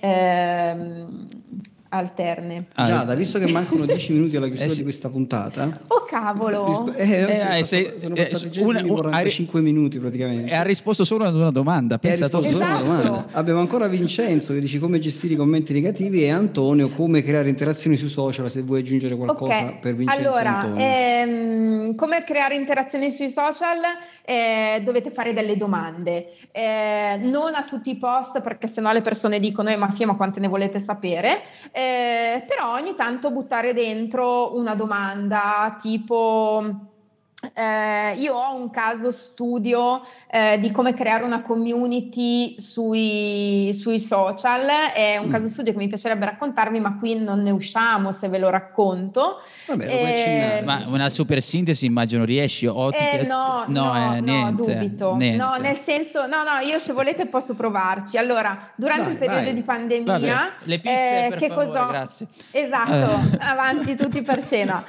alterne. Giada, visto che mancano 10 minuti alla chiusura di questa puntata, oh cavolo, sono passati già 45 minuti praticamente, e ha risposto solo ad una domanda. Abbiamo ancora Vincenzo che dice come gestire i commenti negativi, e Antonio come creare interazioni sui social. Se vuoi aggiungere qualcosa per Vincenzo. Allora, come creare interazioni sui social, dovete fare delle domande, non a tutti i post, perché sennò le persone dicono ma quante ne volete sapere. Però ogni tanto buttare dentro una domanda tipo io ho un caso studio di come creare una community sui social, è un caso studio che mi piacerebbe raccontarvi, ma qui non ne usciamo se ve lo racconto. Vabbè, ma una super sintesi immagino riesci? No, dubito. Niente. No, nel senso, io se volete posso provarci. Allora, durante il periodo di pandemia, le pizze per favore, grazie. Esatto, avanti tutti per cena.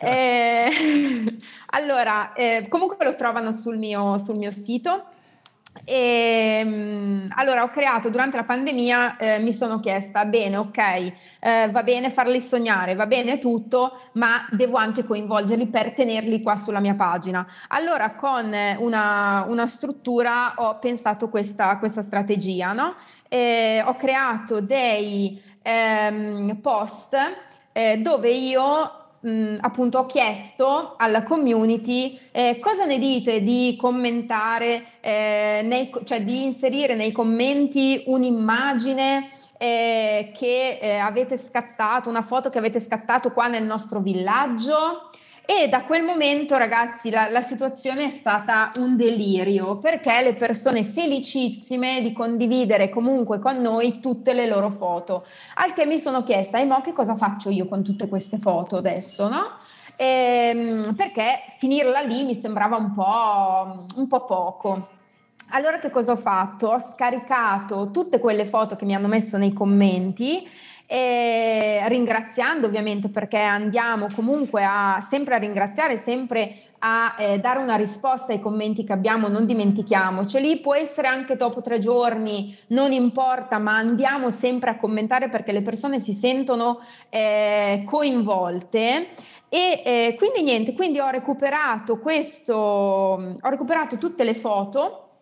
Allora, comunque lo trovano sul mio sito. Allora ho creato durante la pandemia, mi sono chiesta: bene, ok, va bene farli sognare, va bene tutto, ma devo anche coinvolgerli per tenerli qua sulla mia pagina. Allora con una struttura ho pensato questa strategia, no? Ho creato dei post dove io appunto ho chiesto alla community cosa ne dite di commentare, cioè di inserire nei commenti un'immagine che avete scattato, una foto che avete scattato qua nel nostro villaggio. E da quel momento, ragazzi, la situazione è stata un delirio, perché le persone felicissime di condividere comunque con noi tutte le loro foto, al che mi sono chiesta: mo che cosa faccio io con tutte queste foto adesso, no? Perché finirla lì mi sembrava un po' poco. Allora che cosa ho fatto? Ho scaricato tutte quelle foto che mi hanno messo nei commenti, ringraziando ovviamente, perché andiamo comunque sempre a ringraziare, sempre a dare una risposta ai commenti che abbiamo, non dimentichiamoceli. Può essere anche dopo 3 giorni, non importa, ma andiamo sempre a commentare perché le persone si sentono coinvolte. E quindi ho recuperato tutte le foto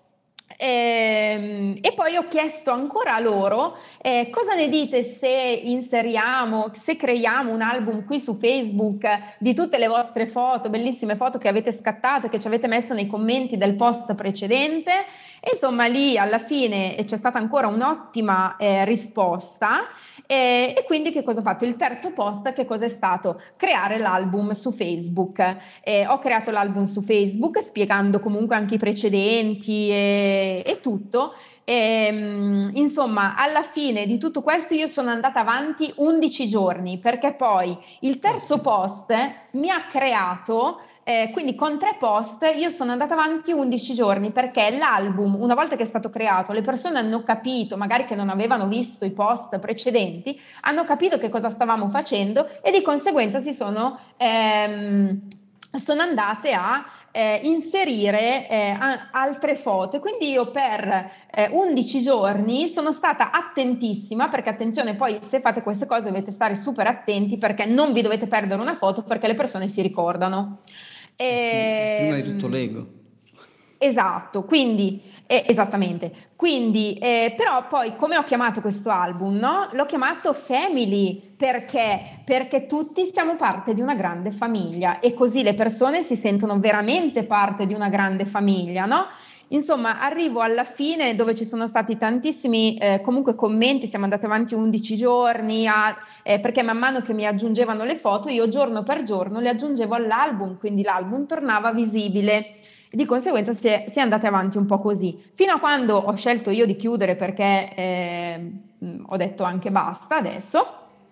E poi ho chiesto ancora a loro cosa ne dite se creiamo un album qui su Facebook di tutte le vostre foto, bellissime foto che avete scattato e che ci avete messo nei commenti del post precedente. E insomma lì alla fine c'è stata ancora un'ottima risposta. E quindi che cosa ho fatto? Il terzo post che cosa è stato? Creare l'album su Facebook. Ho creato l'album su Facebook spiegando comunque anche i precedenti e tutto. Insomma, alla fine di tutto questo io sono andata avanti 11 giorni, perché poi il terzo post mi ha creato... quindi con 3 post io sono andata avanti 11 giorni, perché l'album, una volta che è stato creato, le persone hanno capito, magari che non avevano visto i post precedenti, hanno capito che cosa stavamo facendo e di conseguenza sono andate a inserire altre foto. Quindi io per 11 giorni sono stata attentissima, perché attenzione, poi se fate queste cose dovete stare super attenti, perché non vi dovete perdere una foto, perché le persone si ricordano. Prima di tutto l'ego. Esatto, quindi esattamente. Quindi, però poi come ho chiamato questo album, no? L'ho chiamato Family, perché tutti siamo parte di una grande famiglia e così le persone si sentono veramente parte di una grande famiglia, no? Insomma, arrivo alla fine dove ci sono stati tantissimi comunque commenti, siamo andati avanti 11 giorni, perché man mano che mi aggiungevano le foto, io giorno per giorno le aggiungevo all'album, quindi l'album tornava visibile. E di conseguenza si è andate avanti un po' così, fino a quando ho scelto io di chiudere, perché ho detto anche basta adesso.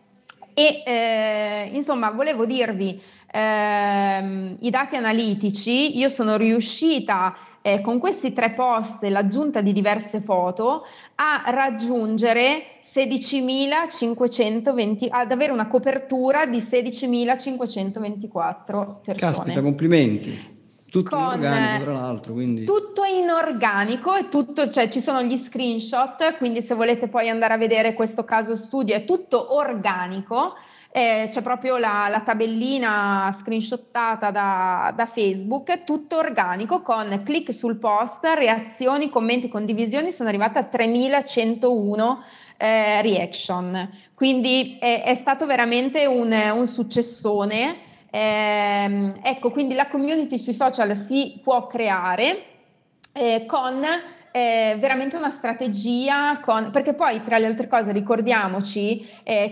E insomma, volevo dirvi i dati analitici. Io sono riuscita con questi 3 post e l'aggiunta di diverse foto a raggiungere 16.520, ad avere una copertura di 16.524 persone. Caspita, complimenti. Tutto in organico, tra l'altro, quindi. Tutto in organico e tutto, cioè ci sono gli screenshot, quindi se volete poi andare a vedere questo caso studio è tutto organico. C'è proprio la tabellina screenshottata da Facebook, tutto organico, con click sul post, reazioni, commenti, condivisioni. Sono arrivata a 3.101 reaction, quindi è stato veramente un successone. Ecco, quindi la community sui social si può creare con veramente una strategia, perché poi tra le altre cose ricordiamoci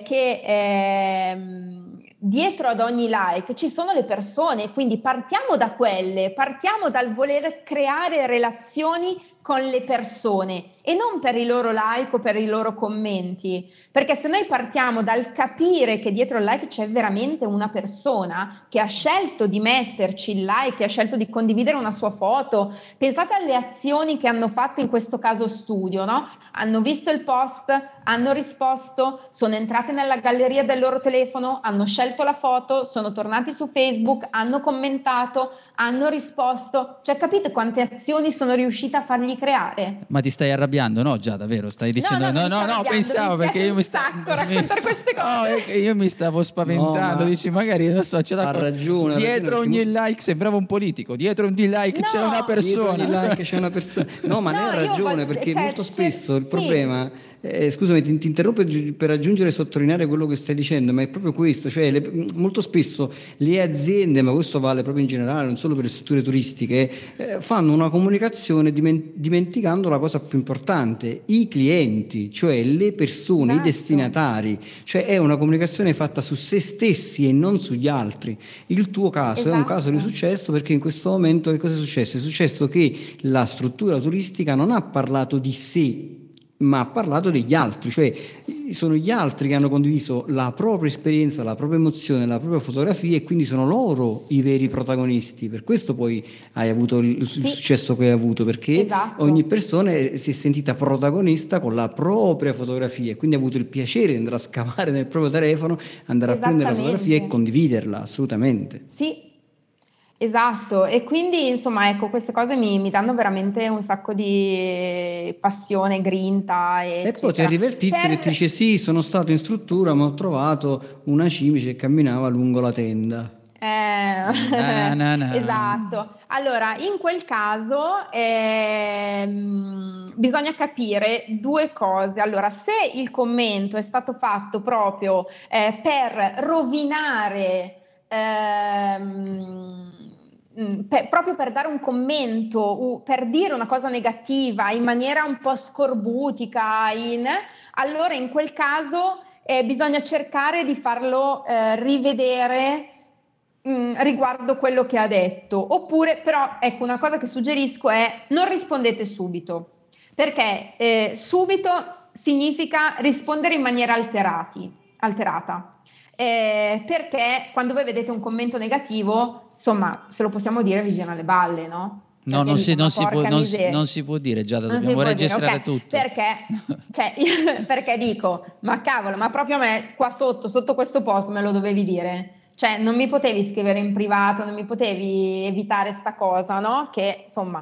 che dietro ad ogni like ci sono le persone, quindi partiamo da quelle, partiamo dal voler creare relazioni con le persone e non per i loro like o per i loro commenti, perché se noi partiamo dal capire che dietro il like c'è veramente una persona che ha scelto di metterci il like, che ha scelto di condividere una sua foto, pensate alle azioni che hanno fatto in questo caso studio, no? Hanno visto il post, hanno risposto, sono entrate nella galleria del loro telefono, hanno scelto la foto, sono tornati su Facebook, hanno commentato, hanno risposto, cioè capite quante azioni sono riuscita a fargli creare? Ma ti stai arrabbiando? No, già davvero, stai dicendo no, pensavo, perché io mi raccontare queste cose. Io mi stavo spaventando, dici magari non so, c'è ha ragione, dietro ogni like sembrava un politico, dietro ogni like c'è una persona. Dietro ogni like c'è una persona. No, ma ne ha ragione, perché molto spesso il problema scusami, ti interrompo per aggiungere e sottolineare quello che stai dicendo, ma è proprio questo, cioè molto spesso le aziende, ma questo vale proprio in generale, non solo per le strutture turistiche, fanno una comunicazione dimenticando la cosa più importante, i clienti, cioè le persone, i destinatari, cioè è una comunicazione fatta su se stessi e non sugli altri. Il tuo caso è un caso di successo, perché in questo momento che cosa è successo? È successo che la struttura turistica non ha parlato di sé, ma ha parlato degli altri, cioè sono gli altri che hanno condiviso la propria esperienza, la propria emozione, la propria fotografia, e quindi sono loro i veri protagonisti. Per questo poi hai avuto il successo che hai avuto, perché ogni persona si è sentita protagonista con la propria fotografia, e quindi ha avuto il piacere di andare a scavare nel proprio telefono, andare a prendere la fotografia e condividerla. Assolutamente sì. Esatto, e quindi insomma ecco, queste cose mi danno veramente un sacco di passione, grinta e poi ti arriva il tizio che ti dice sì, sono stato in struttura ma ho trovato una cimice che camminava lungo la tenda. Esatto. Allora, in quel caso bisogna capire due cose. Allora, se il commento è stato fatto proprio per rovinare, proprio per dare un commento, per dire una cosa negativa in maniera un po' scorbutica, allora in quel caso bisogna cercare di farlo rivedere riguardo quello che ha detto. Oppure, però, ecco, una cosa che suggerisco è: non rispondete subito, perché subito significa rispondere in maniera alterata, perché quando voi vedete un commento negativo, insomma, se lo possiamo dire, vi girano le balle, no? No, non si può dire, Giada, dobbiamo registrare okay. tutto. Perché dico, ma cavolo, ma proprio a me qua sotto questo post me lo dovevi dire? Cioè, non mi potevi scrivere in privato, non mi potevi evitare sta cosa, no? Che, insomma,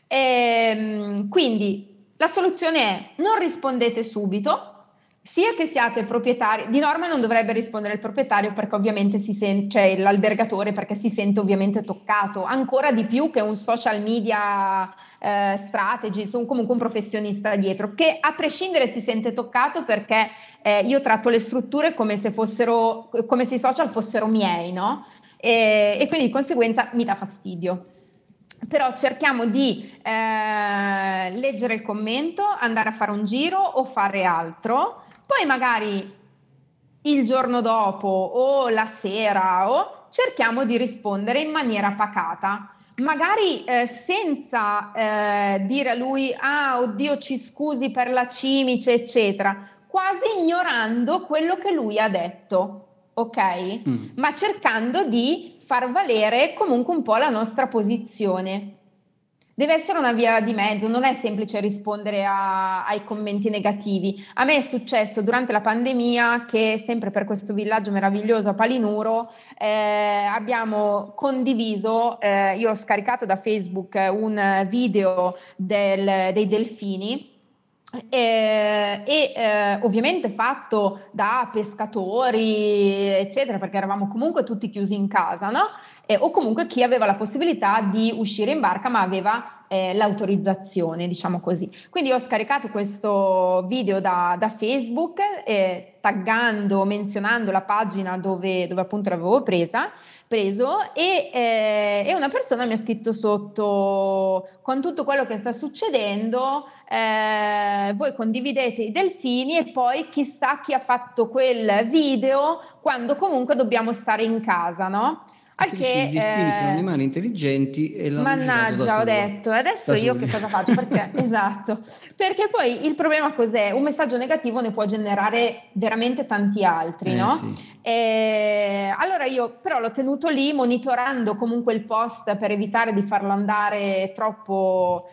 quindi la soluzione è: non rispondete subito, sia che siate proprietari. Di norma non dovrebbe rispondere il proprietario, perché ovviamente cioè l'albergatore, perché si sente ovviamente toccato, ancora di più che un social media strategist, comunque un professionista dietro, che a prescindere si sente toccato, perché io tratto le strutture come se i social fossero miei, no? E quindi di conseguenza mi dà fastidio. Però cerchiamo di leggere il commento, andare a fare un giro o fare altro, poi magari il giorno dopo o la sera cerchiamo di rispondere in maniera pacata, magari senza dire a lui: ah, oddio, ci scusi per la cimice, eccetera, quasi ignorando quello che lui ha detto, ok? Ma cercando di far valere comunque un po' la nostra posizione. Deve essere una via di mezzo, non è semplice rispondere ai commenti negativi. A me è successo durante la pandemia che, sempre per questo villaggio meraviglioso a Palinuro, abbiamo condiviso, io ho scaricato da Facebook un video dei delfini, ovviamente fatto da pescatori, eccetera, perché eravamo comunque tutti chiusi in casa, no? O comunque chi aveva la possibilità di uscire in barca ma aveva l'autorizzazione, diciamo così. Quindi ho scaricato questo video da Facebook, taggando, menzionando la pagina dove appunto l'avevo preso e una persona mi ha scritto sotto: con tutto quello che sta succedendo, voi condividete i delfini e poi chissà chi ha fatto quel video quando comunque dobbiamo stare in casa, no? I delfini sono animali intelligenti e mannaggia, ho detto, adesso io che cosa faccio? Perché esatto, perché poi il problema cos'è? Un messaggio negativo ne può generare veramente tanti altri, no? Sì. Allora io però l'ho tenuto lì, monitorando comunque il post per evitare di farlo andare troppo,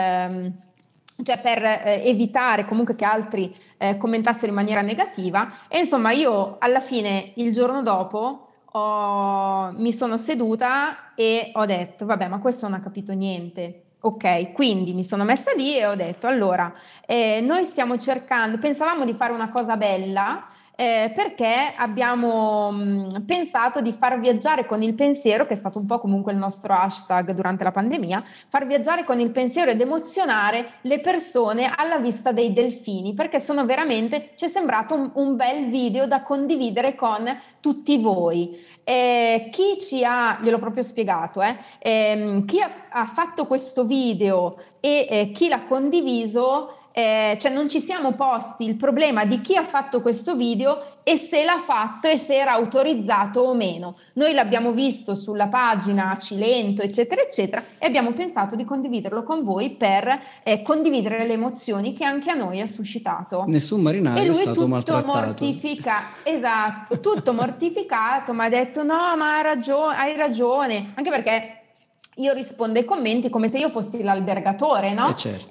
cioè per evitare comunque che altri commentassero in maniera negativa. E insomma, io alla fine, il giorno dopo, mi sono seduta e ho detto: vabbè, ma questo non ha capito niente. Ok, quindi mi sono messa lì e ho detto: allora, noi stiamo cercando, pensavamo di fare una cosa bella, perché abbiamo pensato di far viaggiare con il pensiero, che è stato un po' comunque il nostro hashtag durante la pandemia, far viaggiare con il pensiero ed emozionare le persone alla vista dei delfini, perché sono veramente, ci è sembrato un bel video da condividere con tutti voi. Chi ci ha, gliel'ho proprio spiegato, chi ha fatto questo video e chi l'ha condiviso, cioè non ci siamo posti il problema di chi ha fatto questo video e se l'ha fatto e se era autorizzato o meno. Noi l'abbiamo visto sulla pagina Cilento, eccetera eccetera, e abbiamo pensato di condividerlo con voi per condividere le emozioni che anche a noi ha suscitato. Nessun marinaio è stato maltrattato. Esatto, tutto mortificato, ma ha detto: no, ma hai ragione, anche perché io rispondo ai commenti come se io fossi l'albergatore, no? Certo.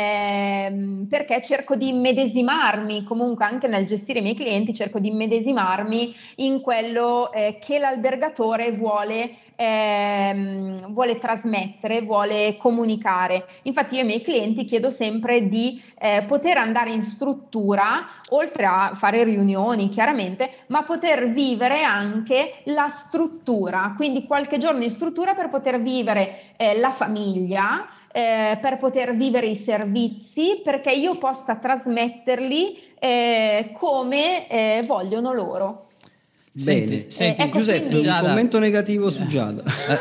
Perché cerco di immedesimarmi, comunque anche nel gestire i miei clienti, cerco di immedesimarmi in quello che l'albergatore vuole trasmettere, vuole comunicare. Infatti io ai miei clienti chiedo sempre di poter andare in struttura, oltre a fare riunioni chiaramente, ma poter vivere anche la struttura, quindi qualche giorno in struttura per poter vivere la famiglia, per poter vivere i servizi, perché io possa trasmetterli come vogliono loro. Bene, senti, ecco, Giuseppe, quindi... un commento negativo su Giada.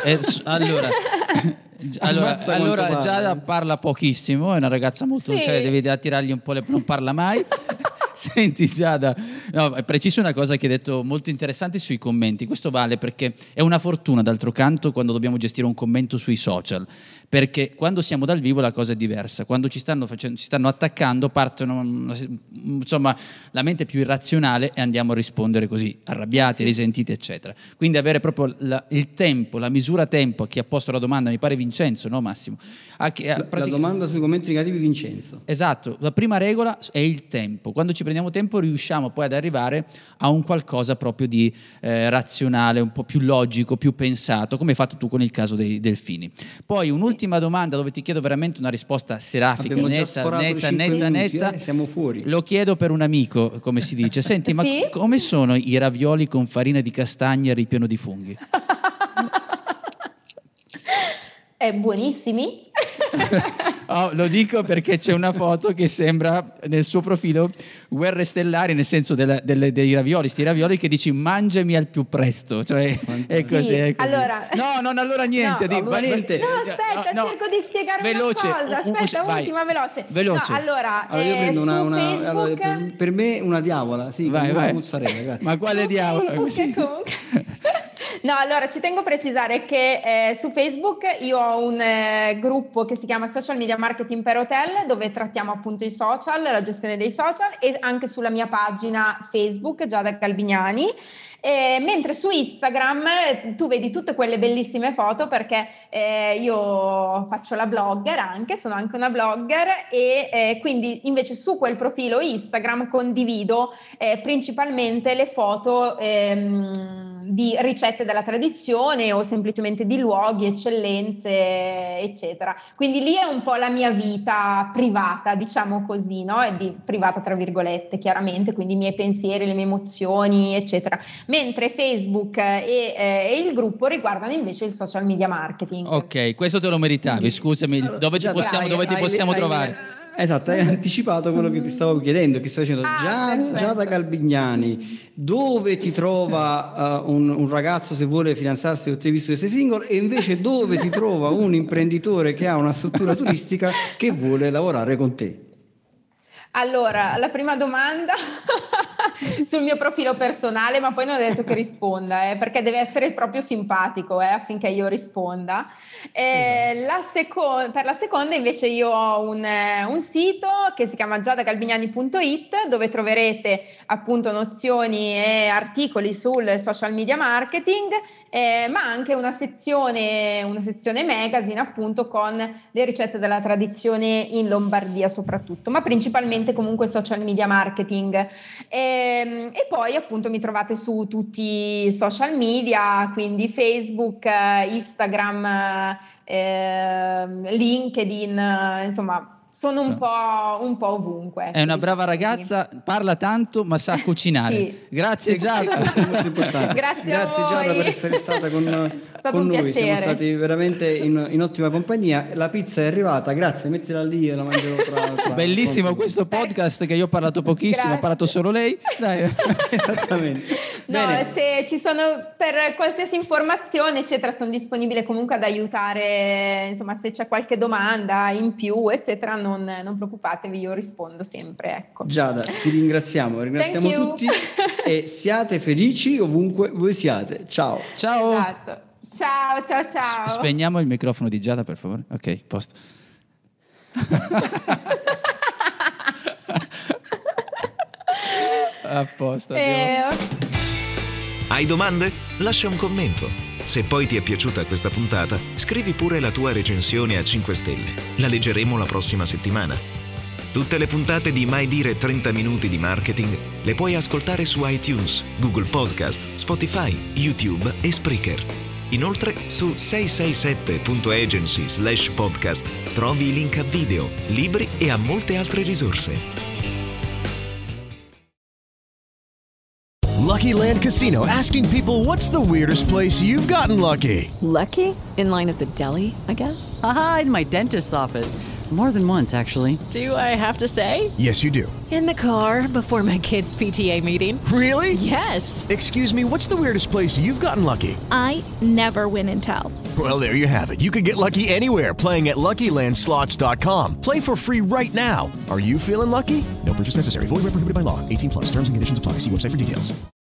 Allora Giada parla pochissimo, è una ragazza molto, cioè devi attirargli un po' non parla mai. Senti Giada, no, preciso una cosa che hai detto molto interessante sui commenti. Questo vale perché è una fortuna, d'altro canto, quando dobbiamo gestire un commento sui social, perché quando siamo dal vivo la cosa è diversa. Quando ci stanno attaccando, partono insomma la mente è più irrazionale e andiamo a rispondere così, arrabbiati, risentiti, eccetera. Quindi avere proprio il tempo, la misura tempo a chi ha posto la domanda, mi pare Vincenzo, no Massimo? La domanda sui commenti negativi, Vincenzo. Esatto, la prima regola è il tempo. Quando ci prendiamo tempo riusciamo poi ad arrivare a un qualcosa proprio di razionale, un po' più logico, più pensato, come hai fatto tu con il caso dei delfini. Poi un'ultima domanda dove ti chiedo veramente una risposta serafica, netta. Siamo fuori. Lo chiedo per un amico, come si dice. Senti, ma come sono i ravioli con farina di castagne e ripieno di funghi? Buonissimi. Lo dico perché c'è una foto che sembra nel suo profilo Guerre Stellari, nel senso dei ravioli, sti ravioli che dici mangiami al più presto, cioè è così, è così. Allora, allora niente, niente. Cerco di spiegare veloce, una cosa. Ultima veloce. Veloce. No, allora, io prendo su Facebook per me una diavola, sì, vai. mozzarella, grazie. Ma quale diavola? No, allora ci tengo a precisare che su Facebook io ho un gruppo che si chiama Social Media Marketing per Hotel, dove trattiamo appunto i social, la gestione dei social, e anche sulla mia pagina Facebook Giada Galbignani. Mentre su Instagram tu vedi tutte quelle bellissime foto, perché io faccio la blogger anche, sono anche una blogger, e quindi invece su quel profilo Instagram condivido principalmente le foto di ricette della tradizione o semplicemente di luoghi, eccellenze, eccetera. Quindi lì è un po' la mia vita privata, diciamo così, no? È privata tra virgolette, chiaramente, quindi i miei pensieri, le mie emozioni, eccetera. Mentre Facebook e il gruppo riguardano invece il social media marketing. Ok, questo te lo meritavi, scusami, allora, dove ti possiamo trovare? Esatto, hai anticipato quello che ti stavo chiedendo, che stavo dicendo. Giada Galbignani, dove ti trova un ragazzo se vuole fidanzarsi o ti hai visto che sei single, e invece dove ti trova un imprenditore che ha una struttura turistica che vuole lavorare con te? Allora, la prima domanda sul mio profilo personale, ma poi non ho detto che risponda, perché deve essere proprio simpatico affinché io risponda. Per la seconda invece io ho un sito che si chiama giadagalbignani.it, dove troverete appunto nozioni e articoli sul social media marketing, ma anche una sezione magazine appunto con le ricette della tradizione in Lombardia soprattutto, ma principalmente comunque social media marketing. E poi appunto mi trovate su tutti i social media, quindi Facebook, Instagram, LinkedIn, insomma sono un po' ovunque. È una brava ragazza, parla tanto ma sa cucinare. Sì. Grazie Giada. Questo è molto importante. Grazie Giada per essere stata con noi. Piacere. Siamo stati veramente in ottima compagnia. La pizza è arrivata, grazie, mettila lì e la mangerò tra bellissimo questo podcast che io ho parlato pochissimo, ha parlato solo lei. Dai. Esattamente. No, Bene. se ci sono, per qualsiasi informazione eccetera, sono disponibile comunque ad aiutare, insomma, se c'è qualche domanda in più eccetera, non preoccupatevi, io rispondo sempre, ecco. Giada, ti ringraziamo tutti e siate felici ovunque voi siate. Ciao. Esatto. Ciao. Spegniamo il microfono di Giada, per favore. Ok, posto. A posto. Hai domande? Lascia un commento. Se poi ti è piaciuta questa puntata, scrivi pure la tua recensione a 5 stelle. La leggeremo la prossima settimana. Tutte le puntate di Mai Dire 30 Minuti di Marketing le puoi ascoltare su iTunes, Google Podcast, Spotify, YouTube e Spreaker. Inoltre su 667.agency/podcast trovi i link a video, libri e a molte altre risorse. Lucky Land Casino, asking people, what's the weirdest place you've gotten lucky? Lucky? In line at the deli, I guess? Aha, in my dentist's office. More than once, actually. Do I have to say? Yes, you do. In the car before my kids' PTA meeting. Really? Yes. Excuse me, what's the weirdest place you've gotten lucky? I never win and tell. Well, there you have it. You can get lucky anywhere, playing at LuckyLandSlots.com. Play for free right now. Are you feeling lucky? No purchase necessary. Void where prohibited by law. 18+. Terms and conditions apply. See website for details.